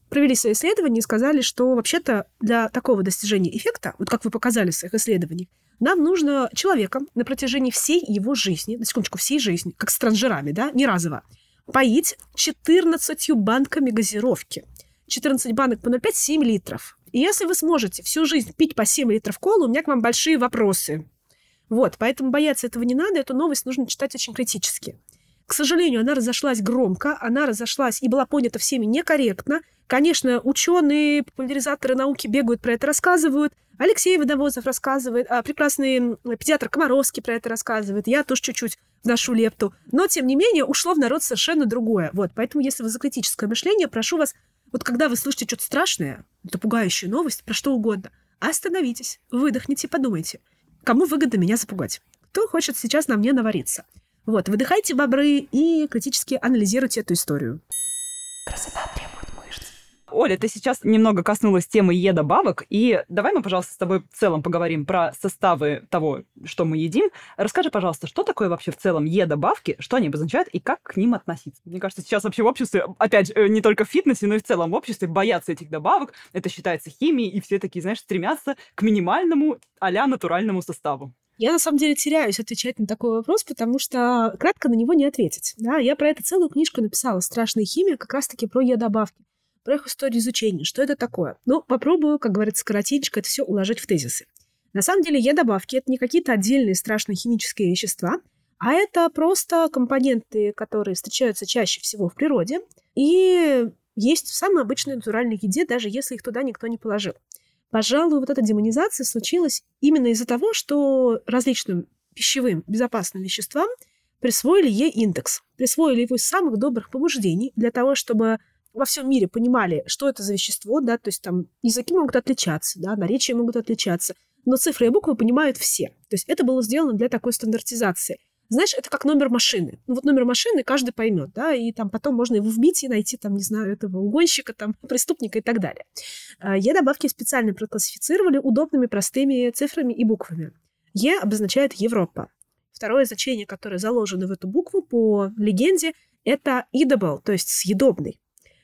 Speaker 3: провели свои исследования и сказали, что вообще-то для такого достижения эффекта, вот как вы показали в своих исследованиях, нам нужно человека на протяжении всей его жизни, на секундочку, всей жизни, как с транжирами, да, не разово, поить 14 банками газировки. 14 банок по 0,5-7 литров. И если вы сможете всю жизнь пить по 7 литров колы, у меня к вам большие вопросы. Вот, поэтому бояться этого не надо, эту новость нужно читать очень критически. К сожалению, она разошлась громко, она разошлась и была понята всеми некорректно. Конечно, ученые, популяризаторы науки бегают про это, рассказывают. Алексей Водовозов рассказывает, прекрасный педиатр Комаровский про это рассказывает. Я тоже чуть-чуть вношу лепту. Но, тем не менее, ушло в народ совершенно другое. Вот, поэтому, если вы за критическое мышление, прошу вас, вот когда вы слышите что-то страшное, это пугающая новость, про что угодно, остановитесь, выдохните, подумайте, кому выгодно меня запугать? Кто хочет сейчас на мне навариться? Вот, выдыхайте, бобры, и критически анализируйте эту историю.
Speaker 1: Красота требует мышц.
Speaker 2: Оля, ты сейчас немного коснулась темы Е-добавок, и давай мы, пожалуйста, с тобой в целом поговорим про составы того, что мы едим. Расскажи, пожалуйста, что такое вообще в целом Е-добавки, что они обозначают и как к ним относиться? Мне кажется, сейчас вообще в обществе, опять, не только в фитнесе, но и в целом в обществе боятся этих добавок, это считается химией, и все такие, знаешь, стремятся к минимальному а-ля натуральному составу.
Speaker 3: Я, на самом деле, теряюсь отвечать на такой вопрос, потому что кратко на него не ответить. Да? Я про это целую книжку написала «Страшная химия», как раз-таки про Е-добавки, про их историю изучения, что это такое. Ну, попробую, как говорится, коротенько это все уложить в тезисы. На самом деле Е-добавки — это не какие-то отдельные страшные химические вещества, а это просто компоненты, которые встречаются чаще всего в природе и есть в самой обычной натуральной еде, даже если их туда никто не положил. Пожалуй, вот эта демонизация случилась именно из-за того, что различным пищевым безопасным веществам присвоили Е-индекс. Присвоили его из самых добрых побуждений для того, чтобы во всем мире понимали, что это за вещество, да, то есть там языки могут отличаться, да, наречия могут отличаться, но цифры и буквы понимают все. То есть это было сделано для такой стандартизации. Знаешь, это как номер машины. Ну вот номер машины каждый поймет, да, и там потом можно его вбить и найти, там, не знаю, этого угонщика, там, преступника и так далее. Е-добавки специально проклассифицировали удобными простыми цифрами и буквами. Е обозначает Европа. Второе значение, которое заложено в эту букву по легенде, это edible, то есть съедобный.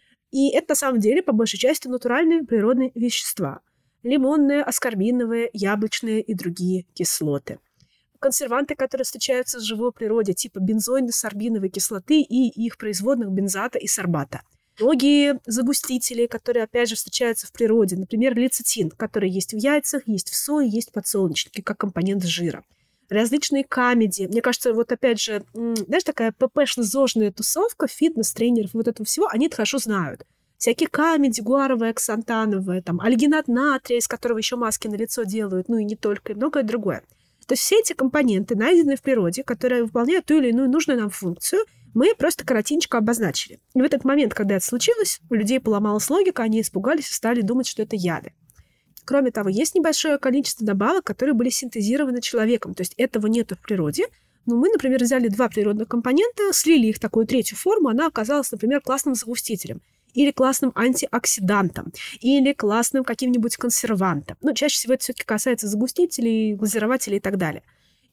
Speaker 3: И это на самом деле по большей части натуральные природные вещества. Лимонные, аскорбиновые, яблочные и другие кислоты. Консерванты, которые встречаются в живой природе, типа бензойной сорбиновой кислоты и их производных бензата и сорбата. Многие загустители, которые, опять же, встречаются в природе, например, лецитин, который есть в яйцах, есть в сое, есть в подсолнечнике, как компонент жира. Различные камеди. Мне кажется, вот опять же, знаешь, такая ППшно-зожная тусовка фитнес-тренеров, вот этого всего, они это хорошо знают. Всякие камеди, гуаровые, ксантановые, там, альгинат натрия, из которого еще маски на лицо делают, ну и не только, и многое другое. То есть все эти компоненты, найденные в природе, которые выполняют ту или иную нужную нам функцию, мы просто коротенько обозначили. И в этот момент, когда это случилось, у людей поломалась логика, они испугались и стали думать, что это яды. Кроме того, есть небольшое количество добавок, которые были синтезированы человеком. То есть этого нету в природе. Но мы, например, взяли два природных компонента, слили их в такую третью форму, она оказалась, например, классным загустителем. Или классным антиоксидантом, или классным каким-нибудь консервантом. Ну, чаще всего это все-таки касается загустителей, глазирователей и так далее.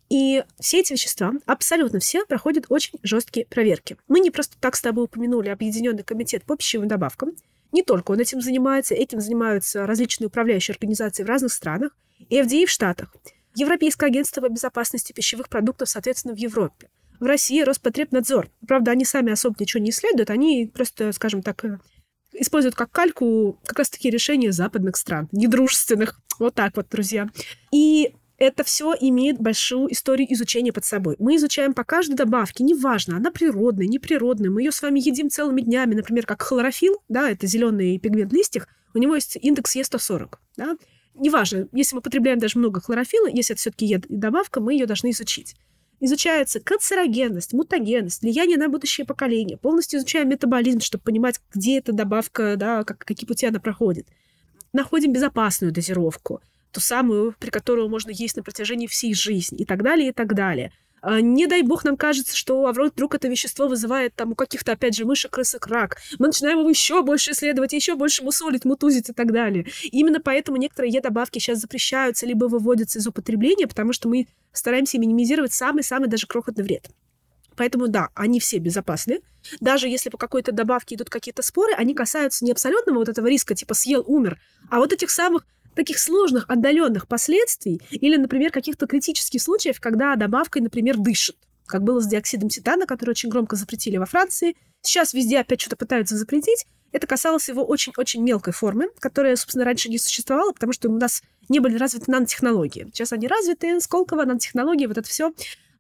Speaker 3: И все эти вещества, абсолютно все, проходят очень жесткие проверки. Мы не просто так с тобой упомянули Объединенный комитет по пищевым добавкам. Не только он этим занимаются различные управляющие организации в разных странах, и FDA в Штатах, Европейское агентство по безопасности пищевых продуктов, соответственно, в Европе. В России Роспотребнадзор. Правда, они сами особо ничего не исследуют, они просто, скажем так, используют как кальку как раз-таки решения западных стран, недружественных. Вот так вот, друзья. И это все имеет большую историю изучения под собой. Мы изучаем по каждой добавке, неважно, она природная, неприродная, мы ее с вами едим целыми днями, например, как хлорофилл, да, это зеленый пигмент листьев, у него есть индекс Е140, да. Неважно, если мы потребляем даже много хлорофилла, если это все-таки добавка, мы ее должны изучить. Изучается канцерогенность, мутагенность, влияние на будущее поколение. Полностью изучаем метаболизм, чтобы понимать, где эта добавка, да, какие пути она проходит. Находим безопасную дозировку, ту самую, при которой можно есть на протяжении всей жизни, и так далее, и так далее. Не дай бог нам кажется, что вдруг это вещество вызывает там у каких-то, опять же, мышек, крысок рак. Мы начинаем его еще больше исследовать, еще больше мусолить, мутузить и так далее. И именно поэтому некоторые Е-добавки сейчас запрещаются, либо выводятся из употребления, потому что мы стараемся минимизировать самый-самый даже крохотный вред. Поэтому, да, они все безопасны. Даже если по какой-то добавке идут какие-то споры, они касаются не абсолютного вот этого риска, типа съел, умер, а вот этих самых таких сложных, отдаленных последствий или, например, каких-то критических случаев, когда добавкой, например, дышит, как было с диоксидом титана, который очень громко запретили во Франции. Сейчас везде опять что-то пытаются запретить. Это касалось его очень-очень мелкой формы, которая, собственно, раньше не существовала, потому что у нас не были развиты нанотехнологии. Сейчас они развиты, Сколково, нанотехнологии, вот это все.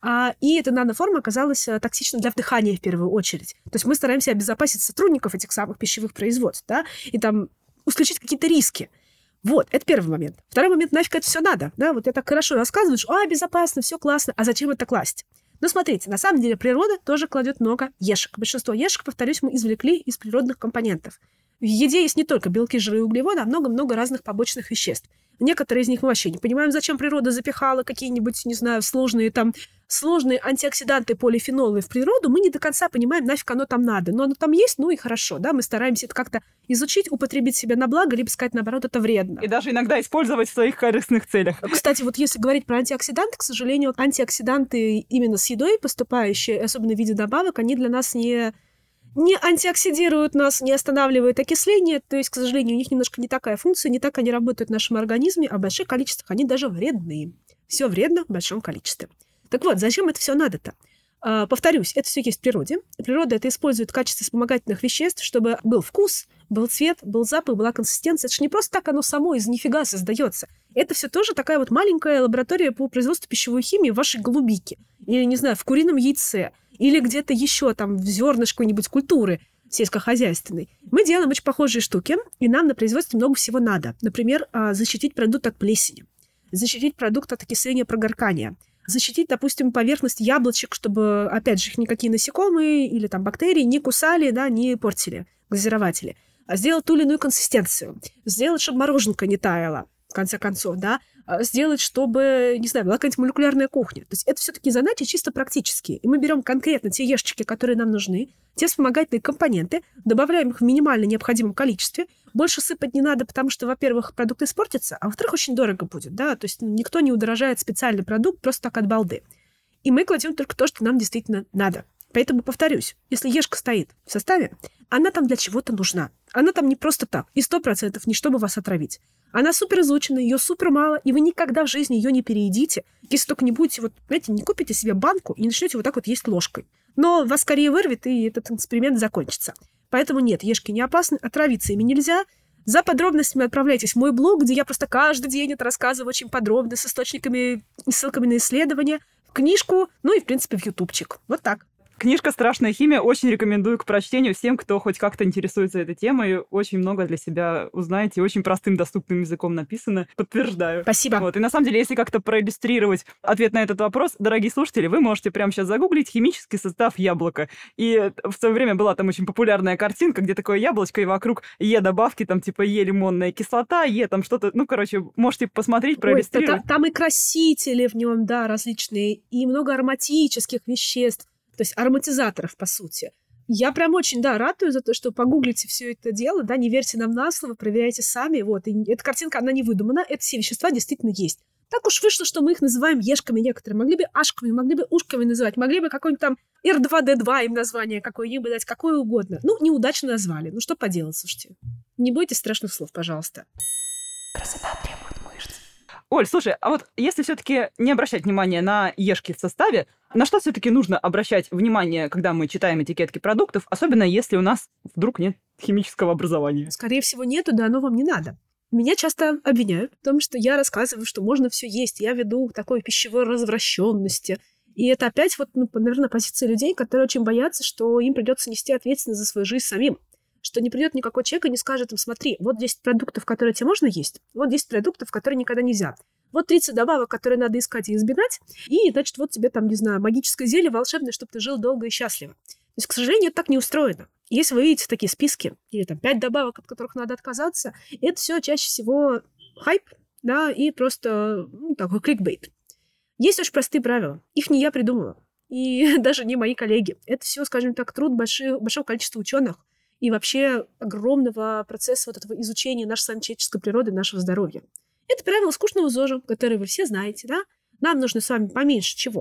Speaker 3: И эта наноформа оказалась токсична для вдыхания в первую очередь. То есть мы стараемся обезопасить сотрудников этих самых пищевых производств, да, и там исключить какие-то риски. Вот, это первый момент. Второй момент, нафиг это все надо, да, вот я так хорошо рассказываю, что, безопасно, все классно, а зачем это класть? Но смотрите, на самом деле природа тоже кладет много ешек. Большинство ешек, повторюсь, мы извлекли из природных компонентов. В еде есть не только белки, жиры и углеводы, а много-много разных побочных веществ. Некоторые из них мы вообще не понимаем, зачем природа запихала какие-нибудь, не знаю, сложные антиоксиданты, полифенолы в природу. Мы не до конца понимаем, нафиг оно там надо. Но оно там есть, ну и хорошо, да, мы стараемся это как-то изучить, употребить себе на благо, либо сказать, наоборот, это вредно.
Speaker 2: И даже иногда использовать в своих корыстных целях.
Speaker 3: Кстати, вот если говорить про антиоксиданты, к сожалению, антиоксиданты именно с едой поступающие, особенно в виде добавок, они для нас не антиоксидируют нас, не останавливают окисление, то есть, к сожалению, у них немножко не такая функция, не так они работают в нашем организме, а в больших количествах они даже вредные. Все вредно в большом количестве. Так вот, зачем это все надо-то? Повторюсь, это все есть в природе. Природа это использует в качестве вспомогательных веществ, чтобы был вкус, был цвет, был запах, была консистенция. Это же не просто так оно само из нифига создается. Это все тоже такая вот маленькая лаборатория по производству пищевой химии в вашей голубике. Или, не знаю, в курином яйце. Или где-то еще там в зернышке какой-нибудь культуры сельскохозяйственной. Мы делаем очень похожие штуки, и нам на производстве много всего надо. Например, защитить продукт от плесени, защитить продукт от окисления прогоркания, защитить, допустим, поверхность яблочек, чтобы, опять же, их никакие насекомые или там бактерии не кусали, да, не портили газирователи. А сделать ту или иную консистенцию, сделать, чтобы мороженка не таяла, в конце концов, да, сделать, чтобы, не знаю, была какая-нибудь молекулярная кухня. То есть это все-таки задачи чисто практические. И мы берем конкретно те ешечки, которые нам нужны, те вспомогательные компоненты, добавляем их в минимально необходимом количестве. Больше сыпать не надо, потому что, во-первых, продукт испортится, а во-вторых, очень дорого будет, да, то есть никто не удорожает специальный продукт просто так от балды. И мы кладем только то, что нам действительно надо. Поэтому, повторюсь, если ешка стоит в составе, она там для чего-то нужна. Она там не просто так, и 100% не чтобы вас отравить. Она супер изучена, ее супер мало, и вы никогда в жизни ее не переедите, если только не будете, вот, знаете, не купите себе банку и не начнете вот так вот есть ложкой. Но вас скорее вырвет, и этот эксперимент закончится. Поэтому нет, ешки не опасны, отравиться ими нельзя. За подробностями отправляйтесь в мой блог, где я просто каждый день это рассказываю очень подробно, с источниками и ссылками на исследования, в книжку, ну и, в принципе, в ютубчик. Вот так.
Speaker 2: Книжка «Страшная химия» очень рекомендую к прочтению всем, кто хоть как-то интересуется этой темой. Очень много для себя узнаете. Очень простым, доступным языком написано. Подтверждаю.
Speaker 3: Спасибо.
Speaker 2: Вот. И на самом деле, если как-то проиллюстрировать ответ на этот вопрос, дорогие слушатели, вы можете прямо сейчас загуглить химический состав яблока. И в свое время была там очень популярная картинка, где такое яблочко, и вокруг добавки, там типа лимонная кислота, там что-то... Ну, короче, можете посмотреть, проиллюстрировать.
Speaker 3: Там и красители в нем, да, различные, и много ароматических веществ. То есть ароматизаторов, по сути. Я прям очень, да, ратую за то, что погуглите все это дело, да, не верьте нам на слово, проверяйте сами, вот. И эта картинка, она не выдумана, это все вещества действительно есть. Так уж вышло, что мы их называем ешками некоторые. Могли бы ашками, могли бы ушками называть, могли бы какой-нибудь там R2D2 им название какое-нибудь дать, какое угодно. Ну, неудачно назвали. Ну, что поделать, слушайте. Не бойтесь страшных слов, пожалуйста.
Speaker 1: Красота требует мышц.
Speaker 2: Оль, слушай, а вот если все-таки не обращать внимания на ешки в составе, на что все-таки нужно обращать внимание, когда мы читаем этикетки продуктов, особенно если у нас вдруг нет химического образования?
Speaker 3: Скорее всего, нету, да оно вам не надо. Меня часто обвиняют в том, что я рассказываю, что можно все есть. Я веду к такой пищевой развращенности. И это опять вот, наверное, позиция людей, которые очень боятся, что им придется нести ответственность за свою жизнь самим. Что не придет никакой человек и не скажет им: смотри, вот 10 продуктов, которые тебе можно есть, вот 10 продуктов, которые никогда нельзя. Вот 30 добавок, которые надо искать и избегать, и, значит, вот тебе там, не знаю, магическое зелье волшебное, чтобы ты жил долго и счастливо. То есть, к сожалению, это так не устроено. Если вы видите такие списки, или там 5 добавок, от которых надо отказаться, это все чаще всего хайп, да, и просто такой кликбейт. Есть очень простые правила. Их не я придумала. И даже не мои коллеги. Это все, скажем так, труд большого количества ученых и вообще огромного процесса вот этого изучения нашей с вами человеческой природы, нашего здоровья. Это правило скучного ЗОЖа, которое вы все знаете, да? Нам нужно с вами поменьше чего?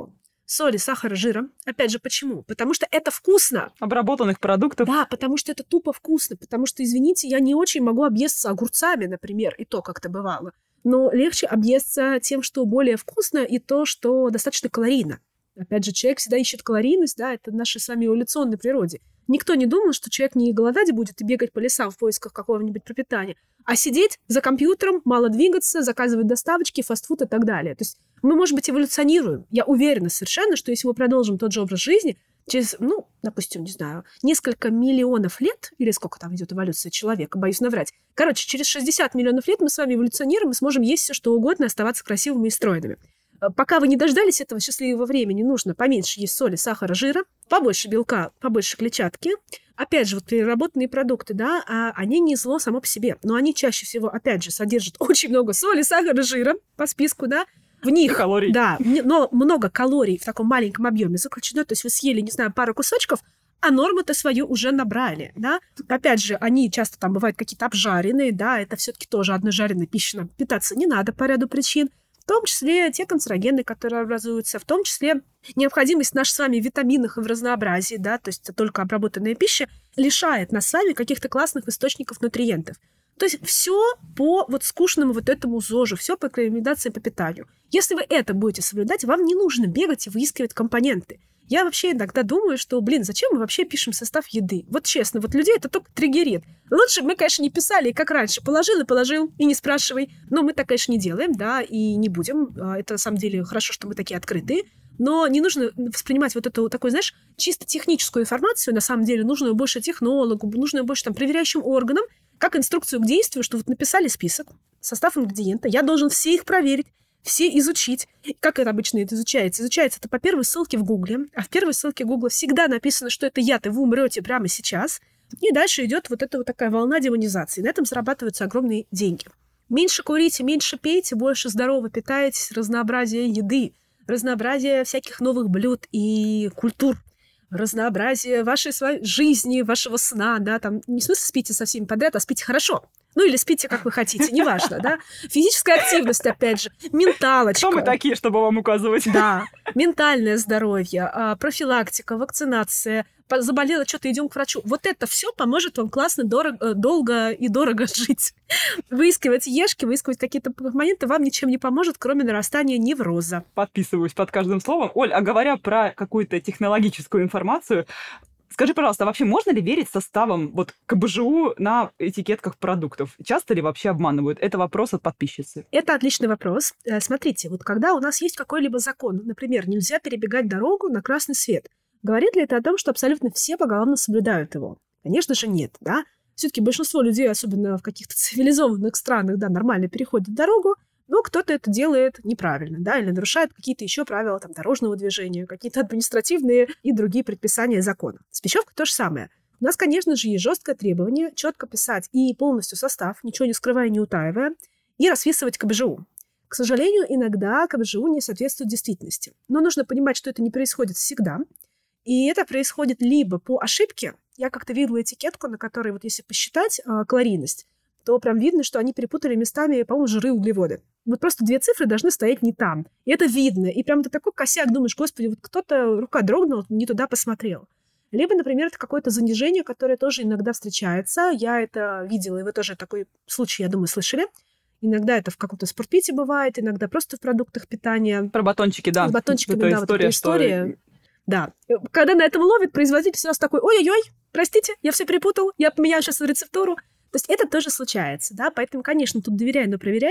Speaker 3: соли, сахара, жира. Опять же, почему? Потому что это вкусно.
Speaker 2: Обработанных продуктов.
Speaker 3: Да, потому что это тупо вкусно. Потому что, извините, я не очень могу объесться огурцами, например, и то как-то бывало. Но легче объесться тем, что более вкусно, и то, что достаточно калорийно. Опять же, человек всегда ищет калорийность, да, это в нашей с вами эволюционной природе. Никто не думал, что человек не голодать будет и бегать по лесам в поисках какого-нибудь пропитания, а сидеть за компьютером, мало двигаться, заказывать доставочки, фастфуд и так далее. То есть мы, может быть, эволюционируем. Я уверена совершенно, что если мы продолжим тот же образ жизни, через, допустим, не знаю, несколько миллионов лет, или сколько там идет эволюция человека, боюсь наврать. Короче, через 60 миллионов лет мы с вами эволюционируем и сможем есть все, что угодно, оставаться красивыми и стройными. Пока вы не дождались этого счастливого времени, нужно поменьше есть соли, сахара, жира, побольше белка, побольше клетчатки. Опять же, вот переработанные продукты, да, они не зло само по себе, но они чаще всего, опять же, содержат очень много соли, сахара, жира по списку, да. В них,
Speaker 2: калорий.
Speaker 3: Да, но много калорий в таком маленьком объеме заключено. То есть вы съели, не знаю, пару кусочков, а норму-то свою уже набрали, да. Опять же, они часто там бывают какие-то обжаренные, да, это все-таки тоже одной жареной пищей нам питаться не надо по ряду причин. В том числе те канцерогены, которые образуются, в том числе необходимость наших с вами в витаминах и в разнообразии, да, то есть только обработанная пища лишает нас с вами каких-то классных источников нутриентов. То есть все по вот скучному вот этому ЗОЖу, все по рекомендации по питанию. Если вы это будете соблюдать, вам не нужно бегать и выискивать компоненты. Я вообще иногда думаю, что, зачем мы вообще пишем состав еды? Вот честно, вот людей это только триггерит. Лучше мы, конечно, не писали, как раньше. Положил и положил, и не спрашивай. Но мы так, конечно, не делаем, да, и не будем. Это, на самом деле, хорошо, что мы такие открытые. Но не нужно воспринимать вот эту такую, знаешь, чисто техническую информацию, на самом деле, нужную больше технологу, нужную больше там проверяющим органам, как инструкцию к действию, что вот написали список, состав ингредиента, я должен все их проверить, все изучить. Как это обычно это изучается? Изучается это по первой ссылке в Гугле, а в первой ссылке Гугла всегда написано, что это яд, и вы умрете прямо сейчас. И дальше идет вот эта вот такая волна демонизации. На этом зарабатываются огромные деньги. Меньше курите, меньше пейте, больше здорово питаетесь, разнообразие еды, разнообразие всяких новых блюд и культур, разнообразие вашей своей жизни, вашего сна, да, там, не в смысле спите со всеми подряд, а спите хорошо. Или спите, как вы хотите, неважно, да. Физическая активность, опять же, менталочка.
Speaker 2: Кто мы такие, чтобы вам указывать?
Speaker 3: Да, ментальное здоровье, профилактика, вакцинация, заболела, что-то идем к врачу. Вот это все поможет вам классно, долго и дорого жить. Выискивать ешки, выискивать какие-то моменты вам ничем не поможет, кроме нарастания невроза.
Speaker 2: Подписываюсь под каждым словом. Оль, а говоря про какую-то технологическую информацию, скажи, пожалуйста, а вообще можно ли верить составам вот КБЖУ на этикетках продуктов? Часто ли вообще обманывают? Это вопрос от подписчицы.
Speaker 3: Это отличный вопрос. Смотрите, вот когда у нас есть какой-либо закон, например, нельзя перебегать дорогу на красный свет, говорит ли это о том, что абсолютно все поголовно соблюдают его? Конечно же, нет, да? Все-таки большинство людей, особенно в каких-то цивилизованных странах, да, нормально переходят дорогу, но кто-то это делает неправильно, да, или нарушает какие-то еще правила там, дорожного движения, какие-то административные и другие предписания закона. С пищевкой то же самое. У нас, конечно же, есть жесткое требование четко писать и полностью состав, ничего не скрывая, не утаивая, и расписывать КБЖУ. К сожалению, иногда КБЖУ не соответствует действительности. Но нужно понимать, что это не происходит всегда. И это происходит либо по ошибке. Я как-то видела этикетку, на которой, вот если посчитать калорийность, то прям видно, что они перепутали местами, по-моему, жиры и углеводы. Вот просто 2 цифры должны стоять не там. И это видно. И прям ты такой косяк думаешь, господи, вот кто-то, рука дрогнула, не туда посмотрел. Либо, например, это какое-то занижение, которое тоже иногда встречается. Я это видела, и вы тоже такой случай, я думаю, слышали. Иногда это в каком-то спортпите бывает, иногда просто в продуктах питания.
Speaker 2: Про батончики, да.
Speaker 3: С батончиками, да, вот эта история.
Speaker 2: Что...
Speaker 3: Да. Когда на этом ловит, производитель сразу такой, ой-ой-ой, простите, я все перепутал, я поменяю сейчас рецептуру. То есть это тоже случается, да, поэтому, конечно, тут доверяй, но проверяй.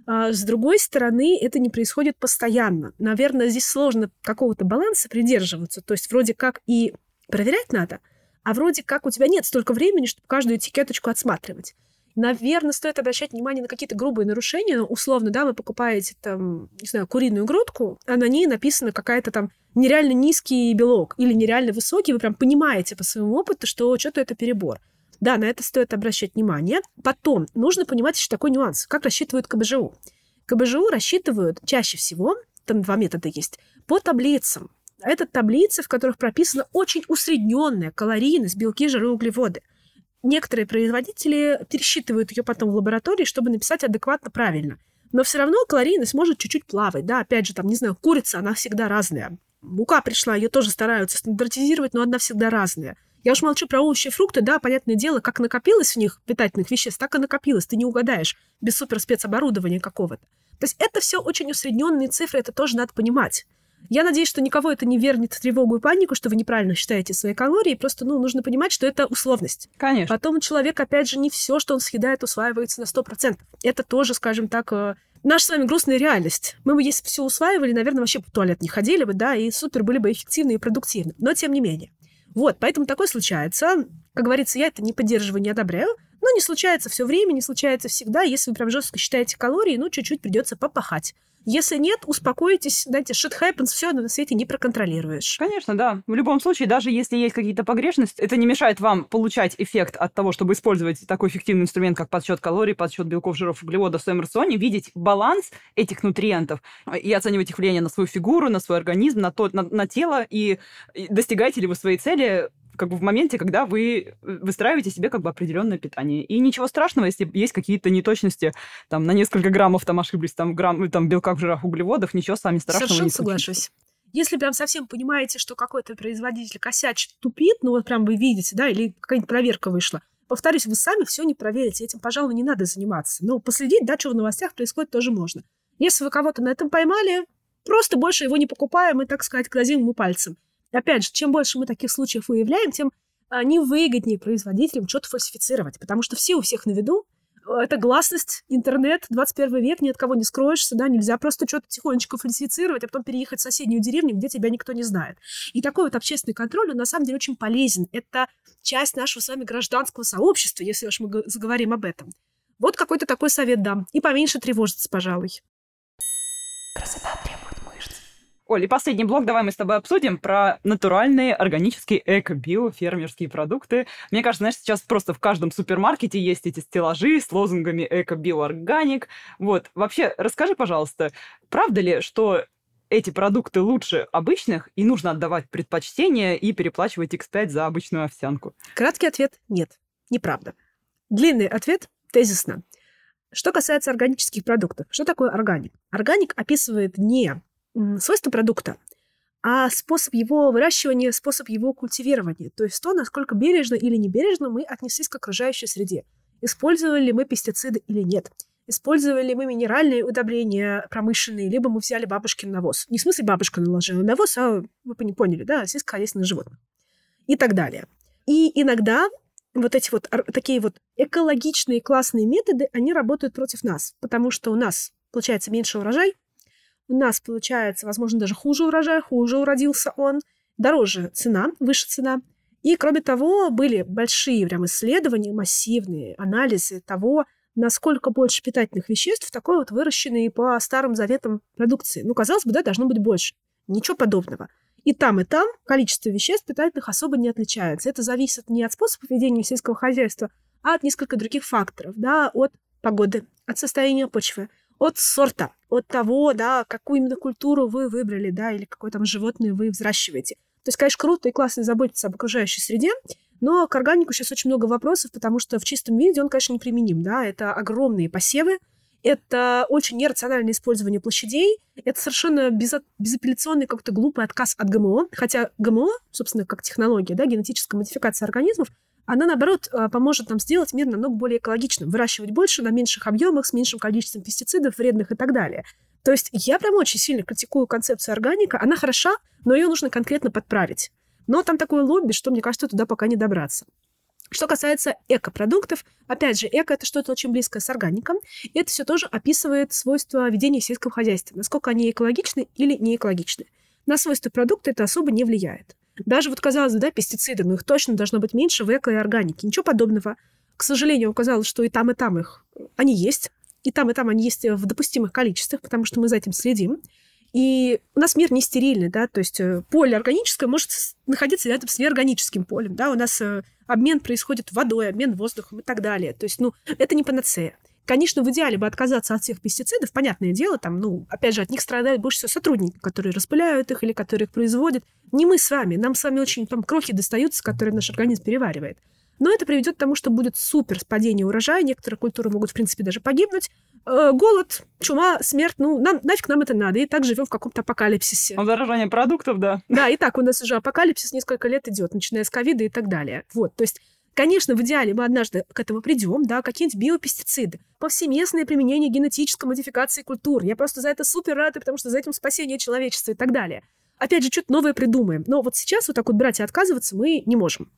Speaker 3: С другой стороны, это не происходит постоянно. Наверное, здесь сложно какого-то баланса придерживаться. То есть вроде как и проверять надо, а вроде как у тебя нет столько времени, чтобы каждую этикеточку отсматривать. Наверное, стоит обращать внимание на какие-то грубые нарушения. Условно, да, вы покупаете там, не знаю, куриную грудку, а на ней написано какая-то там нереально низкий белок или нереально высокий. Вы прям понимаете по своему опыту, что что-то это перебор. Да, на это стоит обращать внимание. Потом нужно понимать еще такой нюанс. Как рассчитывают КБЖУ? КБЖУ рассчитывают чаще всего, там 2 метода есть, по таблицам. Это таблицы, в которых прописана очень усредненная калорийность, белки, жиры, углеводы. Некоторые производители пересчитывают ее потом в лаборатории, чтобы написать адекватно правильно. Но все равно калорийность может чуть-чуть плавать. Да? Опять же, там, не знаю, курица, она всегда разная. мука пришла, ее тоже стараются стандартизировать, но она всегда разная. Я уж молчу про овощи и фрукты, да, понятное дело, как накопилось в них питательных веществ, так и накопилось, ты не угадаешь без суперспецоборудования какого-то. То есть это все очень усредненные цифры, это тоже надо понимать. Я надеюсь, что никого это не вернет в тревогу и панику, что вы неправильно считаете свои калории, просто, нужно понимать, что это условность.
Speaker 2: Конечно.
Speaker 3: Потом человек, опять же, не все, что он съедает, усваивается на 100%. Это тоже, скажем так, наша с вами грустная реальность. Мы бы, если бы все усваивали, наверное, вообще в туалет не ходили бы, да, и супер были бы эффективны и продуктивны. Но тем не менее. Вот, поэтому такое случается. Как говорится, я это не поддерживаю, не одобряю, но не случается все время, не случается всегда. Если вы прям жестко считаете калории, чуть-чуть придется попахать. Если нет, успокойтесь, знаете, shit happens, все на свете не проконтролируешь.
Speaker 2: Конечно, да. В любом случае, даже если есть какие-то погрешности, это не мешает вам получать эффект от того, чтобы использовать такой эффективный инструмент, как подсчет калорий, подсчет белков, жиров, углеводов в своем рационе, видеть баланс этих нутриентов и оценивать их влияние на свою фигуру, на свой организм, на тело, и достигаете ли вы своей цели в моменте, когда вы выстраиваете себе определенное питание. И ничего страшного, если есть какие-то неточности, на несколько граммов ошиблись, грамм белка в жирах, углеводов, ничего с вами страшного
Speaker 3: Совершенно
Speaker 2: не случится.
Speaker 3: соглашусь. Если прям совсем понимаете, что какой-то производитель косячит, тупит, прям вы видите, да, или какая-нибудь проверка вышла, повторюсь, вы сами все не проверите, этим, пожалуй, не надо заниматься. Но последить, да, что в новостях происходит, тоже можно. Если вы кого-то на этом поймали, просто больше его не покупаем и, так сказать, грозим ему пальцем. Опять же, чем больше мы таких случаев выявляем, тем невыгоднее производителям что-то фальсифицировать, потому что все у всех на виду. Это гласность, интернет, 21 век, ни от кого не скроешься, да, нельзя просто что-то тихонечко фальсифицировать, а потом переехать в соседнюю деревню, где тебя никто не знает. И такой общественный контроль, он на самом деле очень полезен. Это часть нашего с вами гражданского сообщества, если уж мы заговорим об этом. Вот какой-то такой совет дам. И поменьше тревожиться, пожалуй.
Speaker 1: Красота требует мышц.
Speaker 2: Оль, и последний блок давай мы с тобой обсудим про натуральные, органические, эко-био-фермерские продукты. Мне кажется, знаешь, сейчас просто в каждом супермаркете есть эти стеллажи с лозунгами эко-био-органик. Вот, вообще, расскажи, пожалуйста, правда ли, что эти продукты лучше обычных и нужно отдавать предпочтение и переплачивать X5 за обычную овсянку?
Speaker 3: Краткий ответ – нет, неправда. Длинный ответ – тезисно. Что касается органических продуктов, что такое органик? Органик описывает не свойства продукта, а способ его выращивания, способ его культивирования. То есть то, насколько бережно или небережно мы отнеслись к окружающей среде. Использовали ли мы пестициды или нет. Использовали ли мы минеральные удобрения промышленные, либо мы взяли бабушкин навоз. Не в смысле бабушка наложила навоз, а вы поняли, да, сельскохозяйственных животных. И так далее. И иногда вот эти такие экологичные классные методы, они работают против нас, потому что у нас получается меньше урожай, у нас получается, возможно, даже хуже урожай, хуже уродился он, дороже цена, выше цена. И, кроме того, были большие прям исследования, массивные анализы того, насколько больше питательных веществ в такой выращенной по старым заветам продукции. Казалось бы, да, должно быть больше. Ничего подобного. И там количество веществ питательных особо не отличается. Это зависит не от способа ведения сельского хозяйства, а от нескольких других факторов. Да, от погоды, от состояния почвы, от сорта, от того, да, какую именно культуру вы выбрали, да, или какое животное вы взращиваете. То есть, конечно, круто и классно заботиться об окружающей среде, но к органику сейчас очень много вопросов, потому что в чистом виде он, конечно, неприменим, да, это огромные посевы, это очень нерациональное использование площадей, это совершенно безапелляционный как-то глупый отказ от ГМО, хотя ГМО, собственно, как технология, да, генетическая модификация организмов, она, наоборот, поможет нам сделать мир намного более экологичным, выращивать больше на меньших объемах, с меньшим количеством пестицидов, вредных и так далее. То есть я прям очень сильно критикую концепцию органика. Она хороша, но ее нужно конкретно подправить. Но там такое лобби, что, мне кажется, туда пока не добраться. Что касается экопродуктов, опять же, эко – это что-то очень близкое с органиком. И это все тоже описывает свойства ведения сельского хозяйства, насколько они экологичны или не экологичны. На свойства продукта это особо не влияет. Даже казалось бы, да, пестициды, но их точно должно быть меньше в эко и органике. Ничего подобного. К сожалению, оказалось, что и там их они есть. И там они есть в допустимых количествах, потому что мы за этим следим. И у нас мир не стерильный, да, то есть поле органическое может находиться рядом с неорганическим полем, да, у нас обмен происходит водой, обмен воздухом и так далее. То есть, это не панацея. Конечно, в идеале бы отказаться от всех пестицидов, понятное дело, опять же, от них страдают больше всего сотрудники, которые распыляют их или которые их производят. Не мы с вами, нам с вами очень крохи достаются, которые наш организм переваривает. но это приведет к тому, что будет супер падение урожая, некоторые культуры могут, в принципе, даже погибнуть. Голод, чума, смерть, нафиг нам это надо, и так живем в каком-то апокалипсисе.
Speaker 2: Удорожание продуктов, да.
Speaker 3: Да, и так у нас уже апокалипсис несколько лет идет, начиная с ковида и так далее. Вот, то есть, конечно, в идеале мы однажды к этому придем, да, какие-нибудь биопестициды, повсеместное применение генетической модификации культур. Я просто за это супер рада, потому что за этим спасение человечества и так далее. Опять же, что-то новое придумаем. Но вот сейчас вот так вот брать и отказываться мы не можем.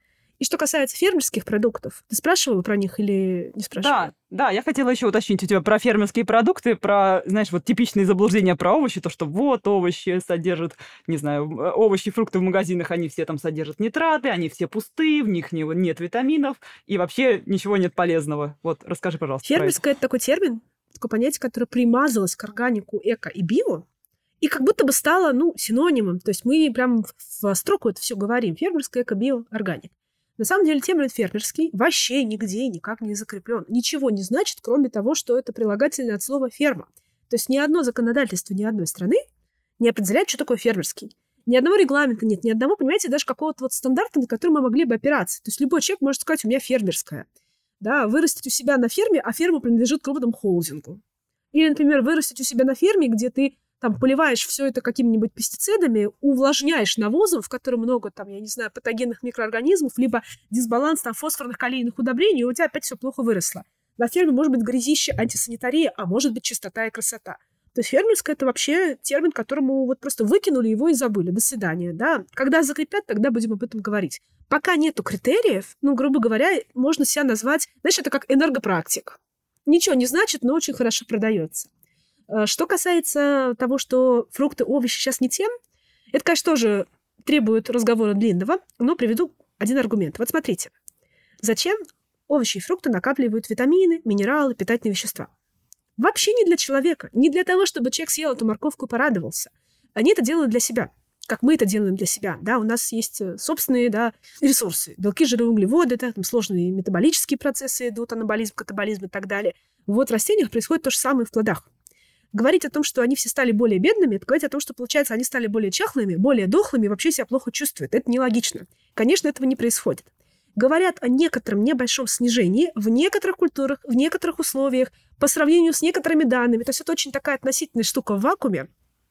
Speaker 3: И что касается фермерских продуктов, ты спрашивала про них или не спрашивала?
Speaker 2: Да, я хотела еще уточнить у тебя про фермерские продукты, про, знаешь, вот типичные заблуждения про овощи, то, что вот овощи содержат, не знаю, овощи, фрукты в магазинах, они все там содержат нитраты, они все пустые, в них нет витаминов, и вообще ничего нет полезного. Вот, расскажи, пожалуйста.
Speaker 3: Фермерское — это такой термин, такое понятие, которое примазалось к органику, эко и био, и как будто бы стало, синонимом. То есть мы прям в строку это все говорим. Фермерское, эко, био, органик. На самом деле термин фермерский вообще нигде никак не закреплен. Ничего не значит, кроме того, что это прилагательное от слова ферма. То есть ни одно законодательство ни одной страны не определяет, что такое фермерский. Ни одного регламента нет, ни одного, понимаете, даже какого-то вот стандарта, на который мы могли бы опираться. То есть любой человек может сказать: у меня фермерская. Да, вырастить у себя на ферме, а ферма принадлежит крупному холдингу. Или, например, вырастить у себя на ферме, где ты там поливаешь все это какими-нибудь пестицидами, увлажняешь навозом, в котором много, там, я не знаю, патогенных микроорганизмов, либо дисбаланс там фосфорных, калийных удобрений, и у тебя опять все плохо выросло. На ферме может быть грязище, антисанитария, а может быть чистота и красота. То есть фермерское — это вообще термин, которому вот просто выкинули его и забыли. До свидания, да. Когда закрепят, тогда будем об этом говорить. Пока нету критериев, грубо говоря, можно себя назвать, знаешь, это как энергопрактик. Ничего не значит, но очень хорошо продается. Что касается того, что фрукты, овощи сейчас не тем, это, конечно, тоже требует разговора длинного, но приведу один аргумент. Вот смотрите. Зачем овощи и фрукты накапливают витамины, минералы, питательные вещества? Вообще не для человека. Не для того, чтобы человек съел эту морковку и порадовался. Они это делают для себя. Как мы это делаем для себя. Да, у нас есть собственные, да, ресурсы. Белки, жиры, углеводы, да, там сложные метаболические процессы идут, анаболизм, катаболизм и так далее. Вот в растениях происходит то же самое в плодах. Говорить о том, что они все стали более бедными, это говорить о том, что, получается, они стали более чахлыми, более дохлыми, вообще себя плохо чувствуют. Это нелогично. Конечно, этого не происходит. Говорят о некотором небольшом снижении в некоторых культурах, в некоторых условиях, по сравнению с некоторыми данными. То есть это очень такая относительная штука в вакууме,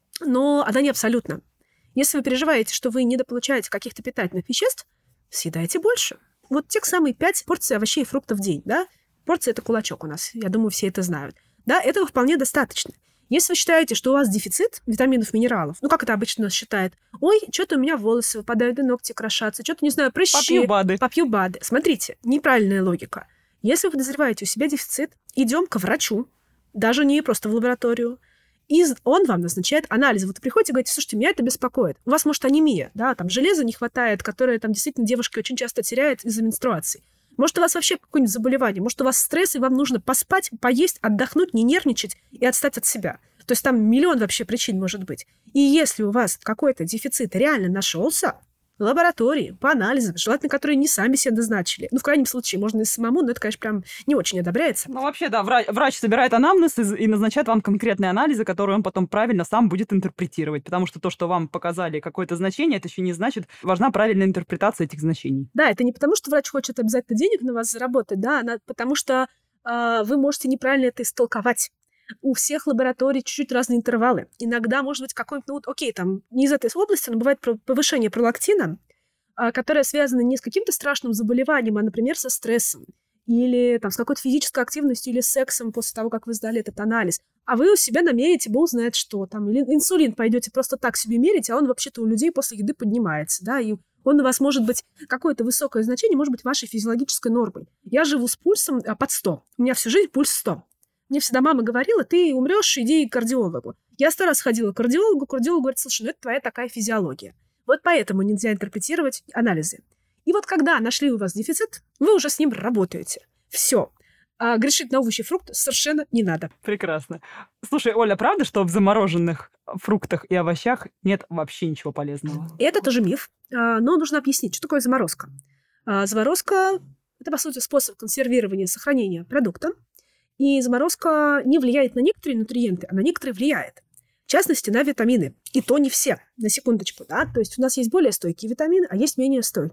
Speaker 3: но она не абсолютна. Если вы переживаете, что вы недополучаете каких-то питательных веществ, съедайте больше. Вот тех самых 5 порций овощей и фруктов в день, да? Порция — это кулачок у нас, я думаю, все это знают. Да, этого вполне достаточно. Если вы считаете, что у вас дефицит витаминов, минералов, как это обычно нас считает, ой, что-то у меня волосы выпадают, и ногти крошатся, что-то, не знаю, прыщи. Попью БАДы. Смотрите, неправильная логика. Если вы подозреваете у себя дефицит, идем к врачу, даже не просто в лабораторию, и он вам назначает анализы. Вот вы приходите и говорите: слушайте, меня это беспокоит. У вас, может, анемия, да, там железа не хватает, которое там действительно девушки очень часто теряют из-за менструации. Может, у вас вообще какое-нибудь заболевание, может, у вас стресс, и вам нужно поспать, поесть, отдохнуть, не нервничать и отстать от себя. То есть там миллион вообще причин может быть. И если у вас какой-то дефицит реально нашелся, в лаборатории, по анализам, желательно, которые не сами себе назначили. В крайнем случае, можно и самому, но это, конечно, прям не очень одобряется.
Speaker 2: Вообще, да, врач собирает анамнез и назначает вам конкретные анализы, которые он потом правильно сам будет интерпретировать. Потому что то, что вам показали какое-то значение, это еще не значит, важна правильная интерпретация этих значений.
Speaker 3: Да, это не потому, что врач хочет обязательно денег на вас заработать, да, потому что вы можете неправильно это истолковать. У всех лабораторий чуть-чуть разные интервалы. Иногда, может быть, какой-нибудь, там, не из этой области, но бывает повышение пролактина, которое связано не с каким-то страшным заболеванием, а, например, со стрессом. Или там, с какой-то физической активностью или сексом после того, как вы сдали этот анализ. А вы у себя намерите, бог знает что. Там, или инсулин пойдете просто так себе мерить, а он вообще-то у людей после еды поднимается. Да, и он у вас может быть какое-то высокое значение, может быть вашей физиологической нормой. Я живу с пульсом под 100. У меня всю жизнь пульс 100. Мне всегда мама говорила: ты умрешь, иди к кардиологу. Я 100 раз ходила к кардиологу говорит: слушай, это твоя такая физиология. Вот поэтому нельзя интерпретировать анализы. И вот когда нашли у вас дефицит, вы уже с ним работаете. Все. А грешить на овощи и фрукты совершенно не надо.
Speaker 2: Прекрасно. Слушай, Оля, правда, что в замороженных фруктах и овощах нет вообще ничего полезного?
Speaker 3: Это тоже миф, но нужно объяснить, что такое заморозка. Заморозка — это, по сути, способ консервирования и сохранения продукта. И заморозка не влияет на некоторые нутриенты, а на некоторые влияет. В частности, на витамины. И то не все. На секундочку, да? То есть у нас есть более стойкие витамины, а есть менее стойкие.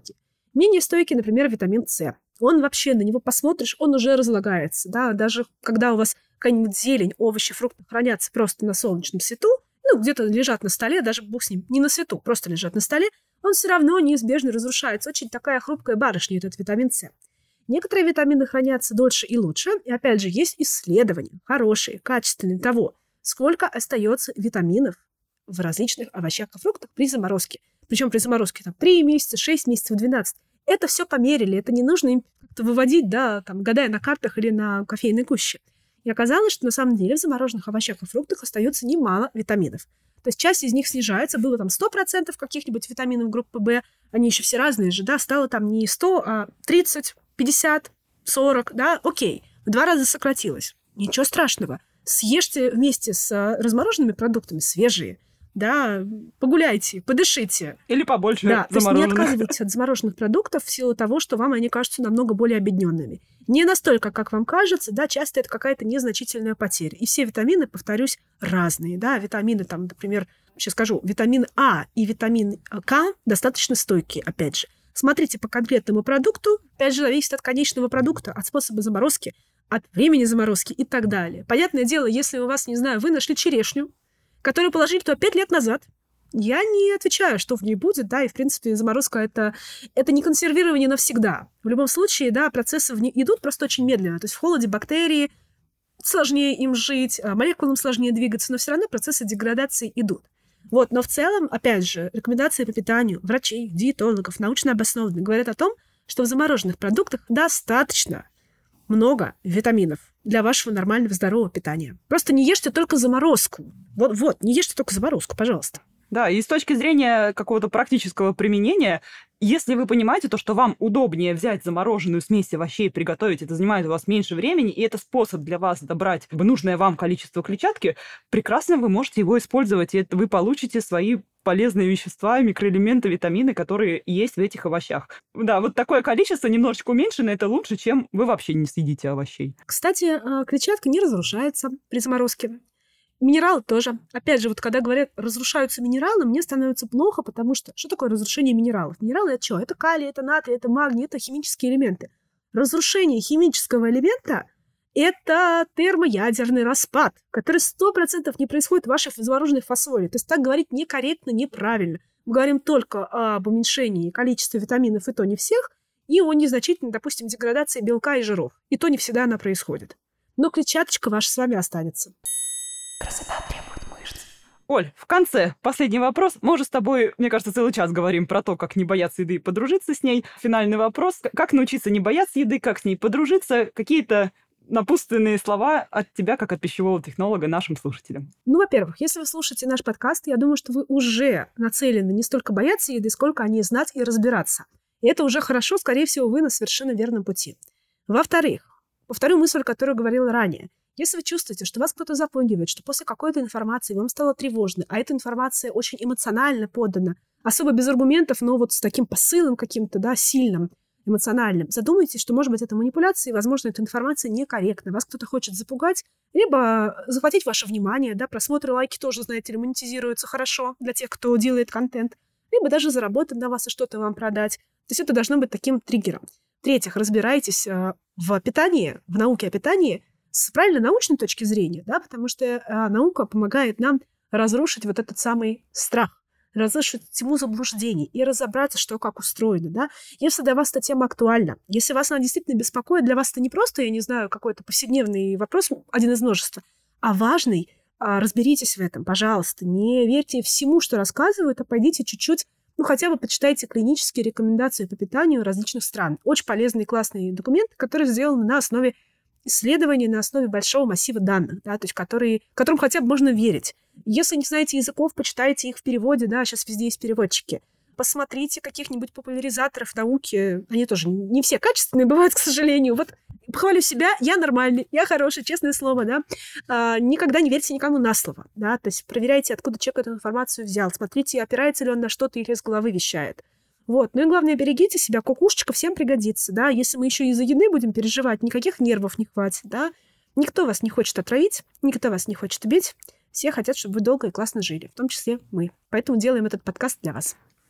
Speaker 3: Менее стойкий, например, витамин С. Он вообще, на него посмотришь, он уже разлагается, да, даже когда у вас какая-нибудь зелень, овощи, фрукты хранятся просто на солнечном свету, где-то лежат на столе, даже бог с ним, не на свету, просто лежат на столе, он все равно неизбежно разрушается. Очень такая хрупкая барышня, этот витамин С. Некоторые витамины хранятся дольше и лучше, и опять же есть исследования, хорошие, качественные того, сколько остается витаминов в различных овощах и фруктах при заморозке. Причем при заморозке 3 месяца, 6 месяцев, 12. Это все померили, это не нужно им как-то выводить, да, гадая на картах или на кофейной гуще. И оказалось, что на самом деле в замороженных овощах и фруктах остается немало витаминов. То есть часть из них снижается, было 100% каких-нибудь витаминов группы В, они еще все разные же, да, стало не 100, а 30, 50, 40, да, окей, в 2 раза сократилось. Ничего страшного. Съешьте вместе с размороженными продуктами свежие, да, погуляйте, подышите.
Speaker 2: Или побольше
Speaker 3: да,
Speaker 2: замороженных.
Speaker 3: То есть не отказывайтесь от замороженных продуктов в силу того, что вам они кажутся намного более обедненными. Не настолько, как вам кажется, да, часто это какая-то незначительная потеря. И все витамины, повторюсь, разные, да, витамины, например, сейчас скажу, витамин А и витамин К достаточно стойкие, опять же. Смотрите по конкретному продукту, опять же, зависит от конечного продукта, от способа заморозки, от времени заморозки и так далее. Понятное дело, если у вас, не знаю, вы нашли черешню, которую положили туда 5 лет назад, я не отвечаю, что в ней будет, да, и, в принципе, заморозка это не консервирование навсегда. В любом случае, да, процессы в ней идут просто очень медленно. То есть в холоде бактерии, сложнее им жить, молекулам сложнее двигаться, но все равно процессы деградации идут. Вот, но в целом, опять же, рекомендации по питанию врачей, диетологов, научно обоснованные, говорят о том, что в замороженных продуктах достаточно много витаминов для вашего нормального здорового питания. Просто не ешьте только заморозку. Вот, не ешьте только заморозку, пожалуйста.
Speaker 2: Да, и с точки зрения какого-то практического применения, если вы понимаете то, что вам удобнее взять замороженную смесь овощей и приготовить, это занимает у вас меньше времени, и это способ для вас добрать нужное вам количество клетчатки, прекрасно вы можете его использовать, и вы получите свои полезные вещества, микроэлементы, витамины, которые есть в этих овощах. Да, вот такое количество немножечко уменьшенное, это лучше, чем вы вообще не съедите овощей.
Speaker 3: Кстати, клетчатка не разрушается при заморозке. Минералы тоже. Опять же, когда говорят, разрушаются минералы, мне становится плохо, потому что такое разрушение минералов? Минералы — это что? Это калий, это натрий, это магний, это химические элементы. Разрушение химического элемента — это термоядерный распад, который 100% не происходит в вашей замороженной фасоли. То есть так говорить некорректно, неправильно. Мы говорим только об уменьшении количества витаминов, и то не всех, и о незначительной, допустим, деградации белка и жиров. И то не всегда она происходит. Но клетчаточка ваша с вами останется.
Speaker 1: Красота требует мышц.
Speaker 2: Оль, в конце последний вопрос. Мы уже с тобой, мне кажется, целый час говорим про то, как не бояться еды и подружиться с ней. Финальный вопрос. Как научиться не бояться еды, как с ней подружиться? Какие-то напутственные слова от тебя, как от пищевого технолога, нашим слушателям.
Speaker 3: Во-первых, если вы слушаете наш подкаст, я думаю, что вы уже нацелены не столько бояться еды, сколько о ней знать и разбираться. И это уже хорошо, скорее всего, вы на совершенно верном пути. Во-вторых, повторю мысль, которую говорила ранее. Если вы чувствуете, что вас кто-то запугивает, что после какой-то информации вам стало тревожно, а эта информация очень эмоционально подана, особо без аргументов, но с таким посылом каким-то, да, сильным, эмоциональным, задумайтесь, что, может быть, это манипуляция, и, возможно, эта информация некорректна. Вас кто-то хочет запугать, либо захватить ваше внимание, да, просмотры, лайки тоже, знаете ли, монетизируются хорошо для тех, кто делает контент, либо даже заработать на вас и что-то вам продать. То есть это должно быть таким триггером. В-третьих, разбирайтесь в питании, в науке о питании, с правильно научной точки зрения, да, потому что наука помогает нам разрушить этот самый страх, разрушить тьму заблуждений и разобраться, что как устроено, да. Если для вас эта тема актуальна, если вас она действительно беспокоит, для вас это не просто, я не знаю, какой-то повседневный вопрос, один из множества, а важный, разберитесь в этом, пожалуйста. Не верьте всему, что рассказывают, а пойдите чуть-чуть, хотя бы почитайте клинические рекомендации по питанию различных стран. Очень полезный, классный документ, который сделан на основе исследований, на основе большого массива данных, да, то есть которым хотя бы можно верить. Если не знаете языков, почитайте их в переводе, да, сейчас везде есть переводчики. Посмотрите каких-нибудь популяризаторов науки, они тоже не все качественные бывают, к сожалению. Похвалю себя, я нормальный, я хороший, честное слово, да. Никогда не верьте никому на слово, да, то есть проверяйте, откуда человек эту информацию взял, смотрите, опирается ли он на что-то или из головы вещает. Ну и главное, берегите себя, кукушечка всем пригодится, да, если мы еще из-за еды будем переживать, никаких нервов не хватит, да, никто вас не хочет отравить, никто вас не хочет убить, все хотят, чтобы вы долго и классно жили, в том числе мы, поэтому делаем этот подкаст для вас.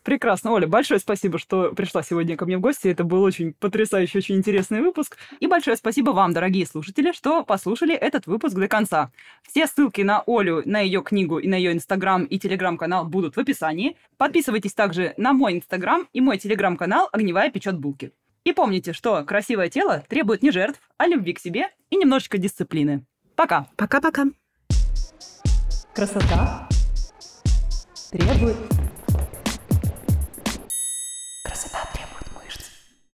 Speaker 2: Прекрасно. Оля, большое спасибо, что пришла сегодня ко мне в гости. Это был очень потрясающий, очень интересный выпуск. И большое спасибо вам, дорогие слушатели, что послушали этот выпуск до конца. Все ссылки на Олю, на ее книгу и на ее Инстаграм и Телеграм-канал будут в описании. Подписывайтесь также на мой Инстаграм и мой Телеграм-канал «Огневая печет булки». И помните, что красивое тело требует не жертв, а любви к себе и немножечко дисциплины. Пока!
Speaker 3: Пока-пока!
Speaker 1: Красота требует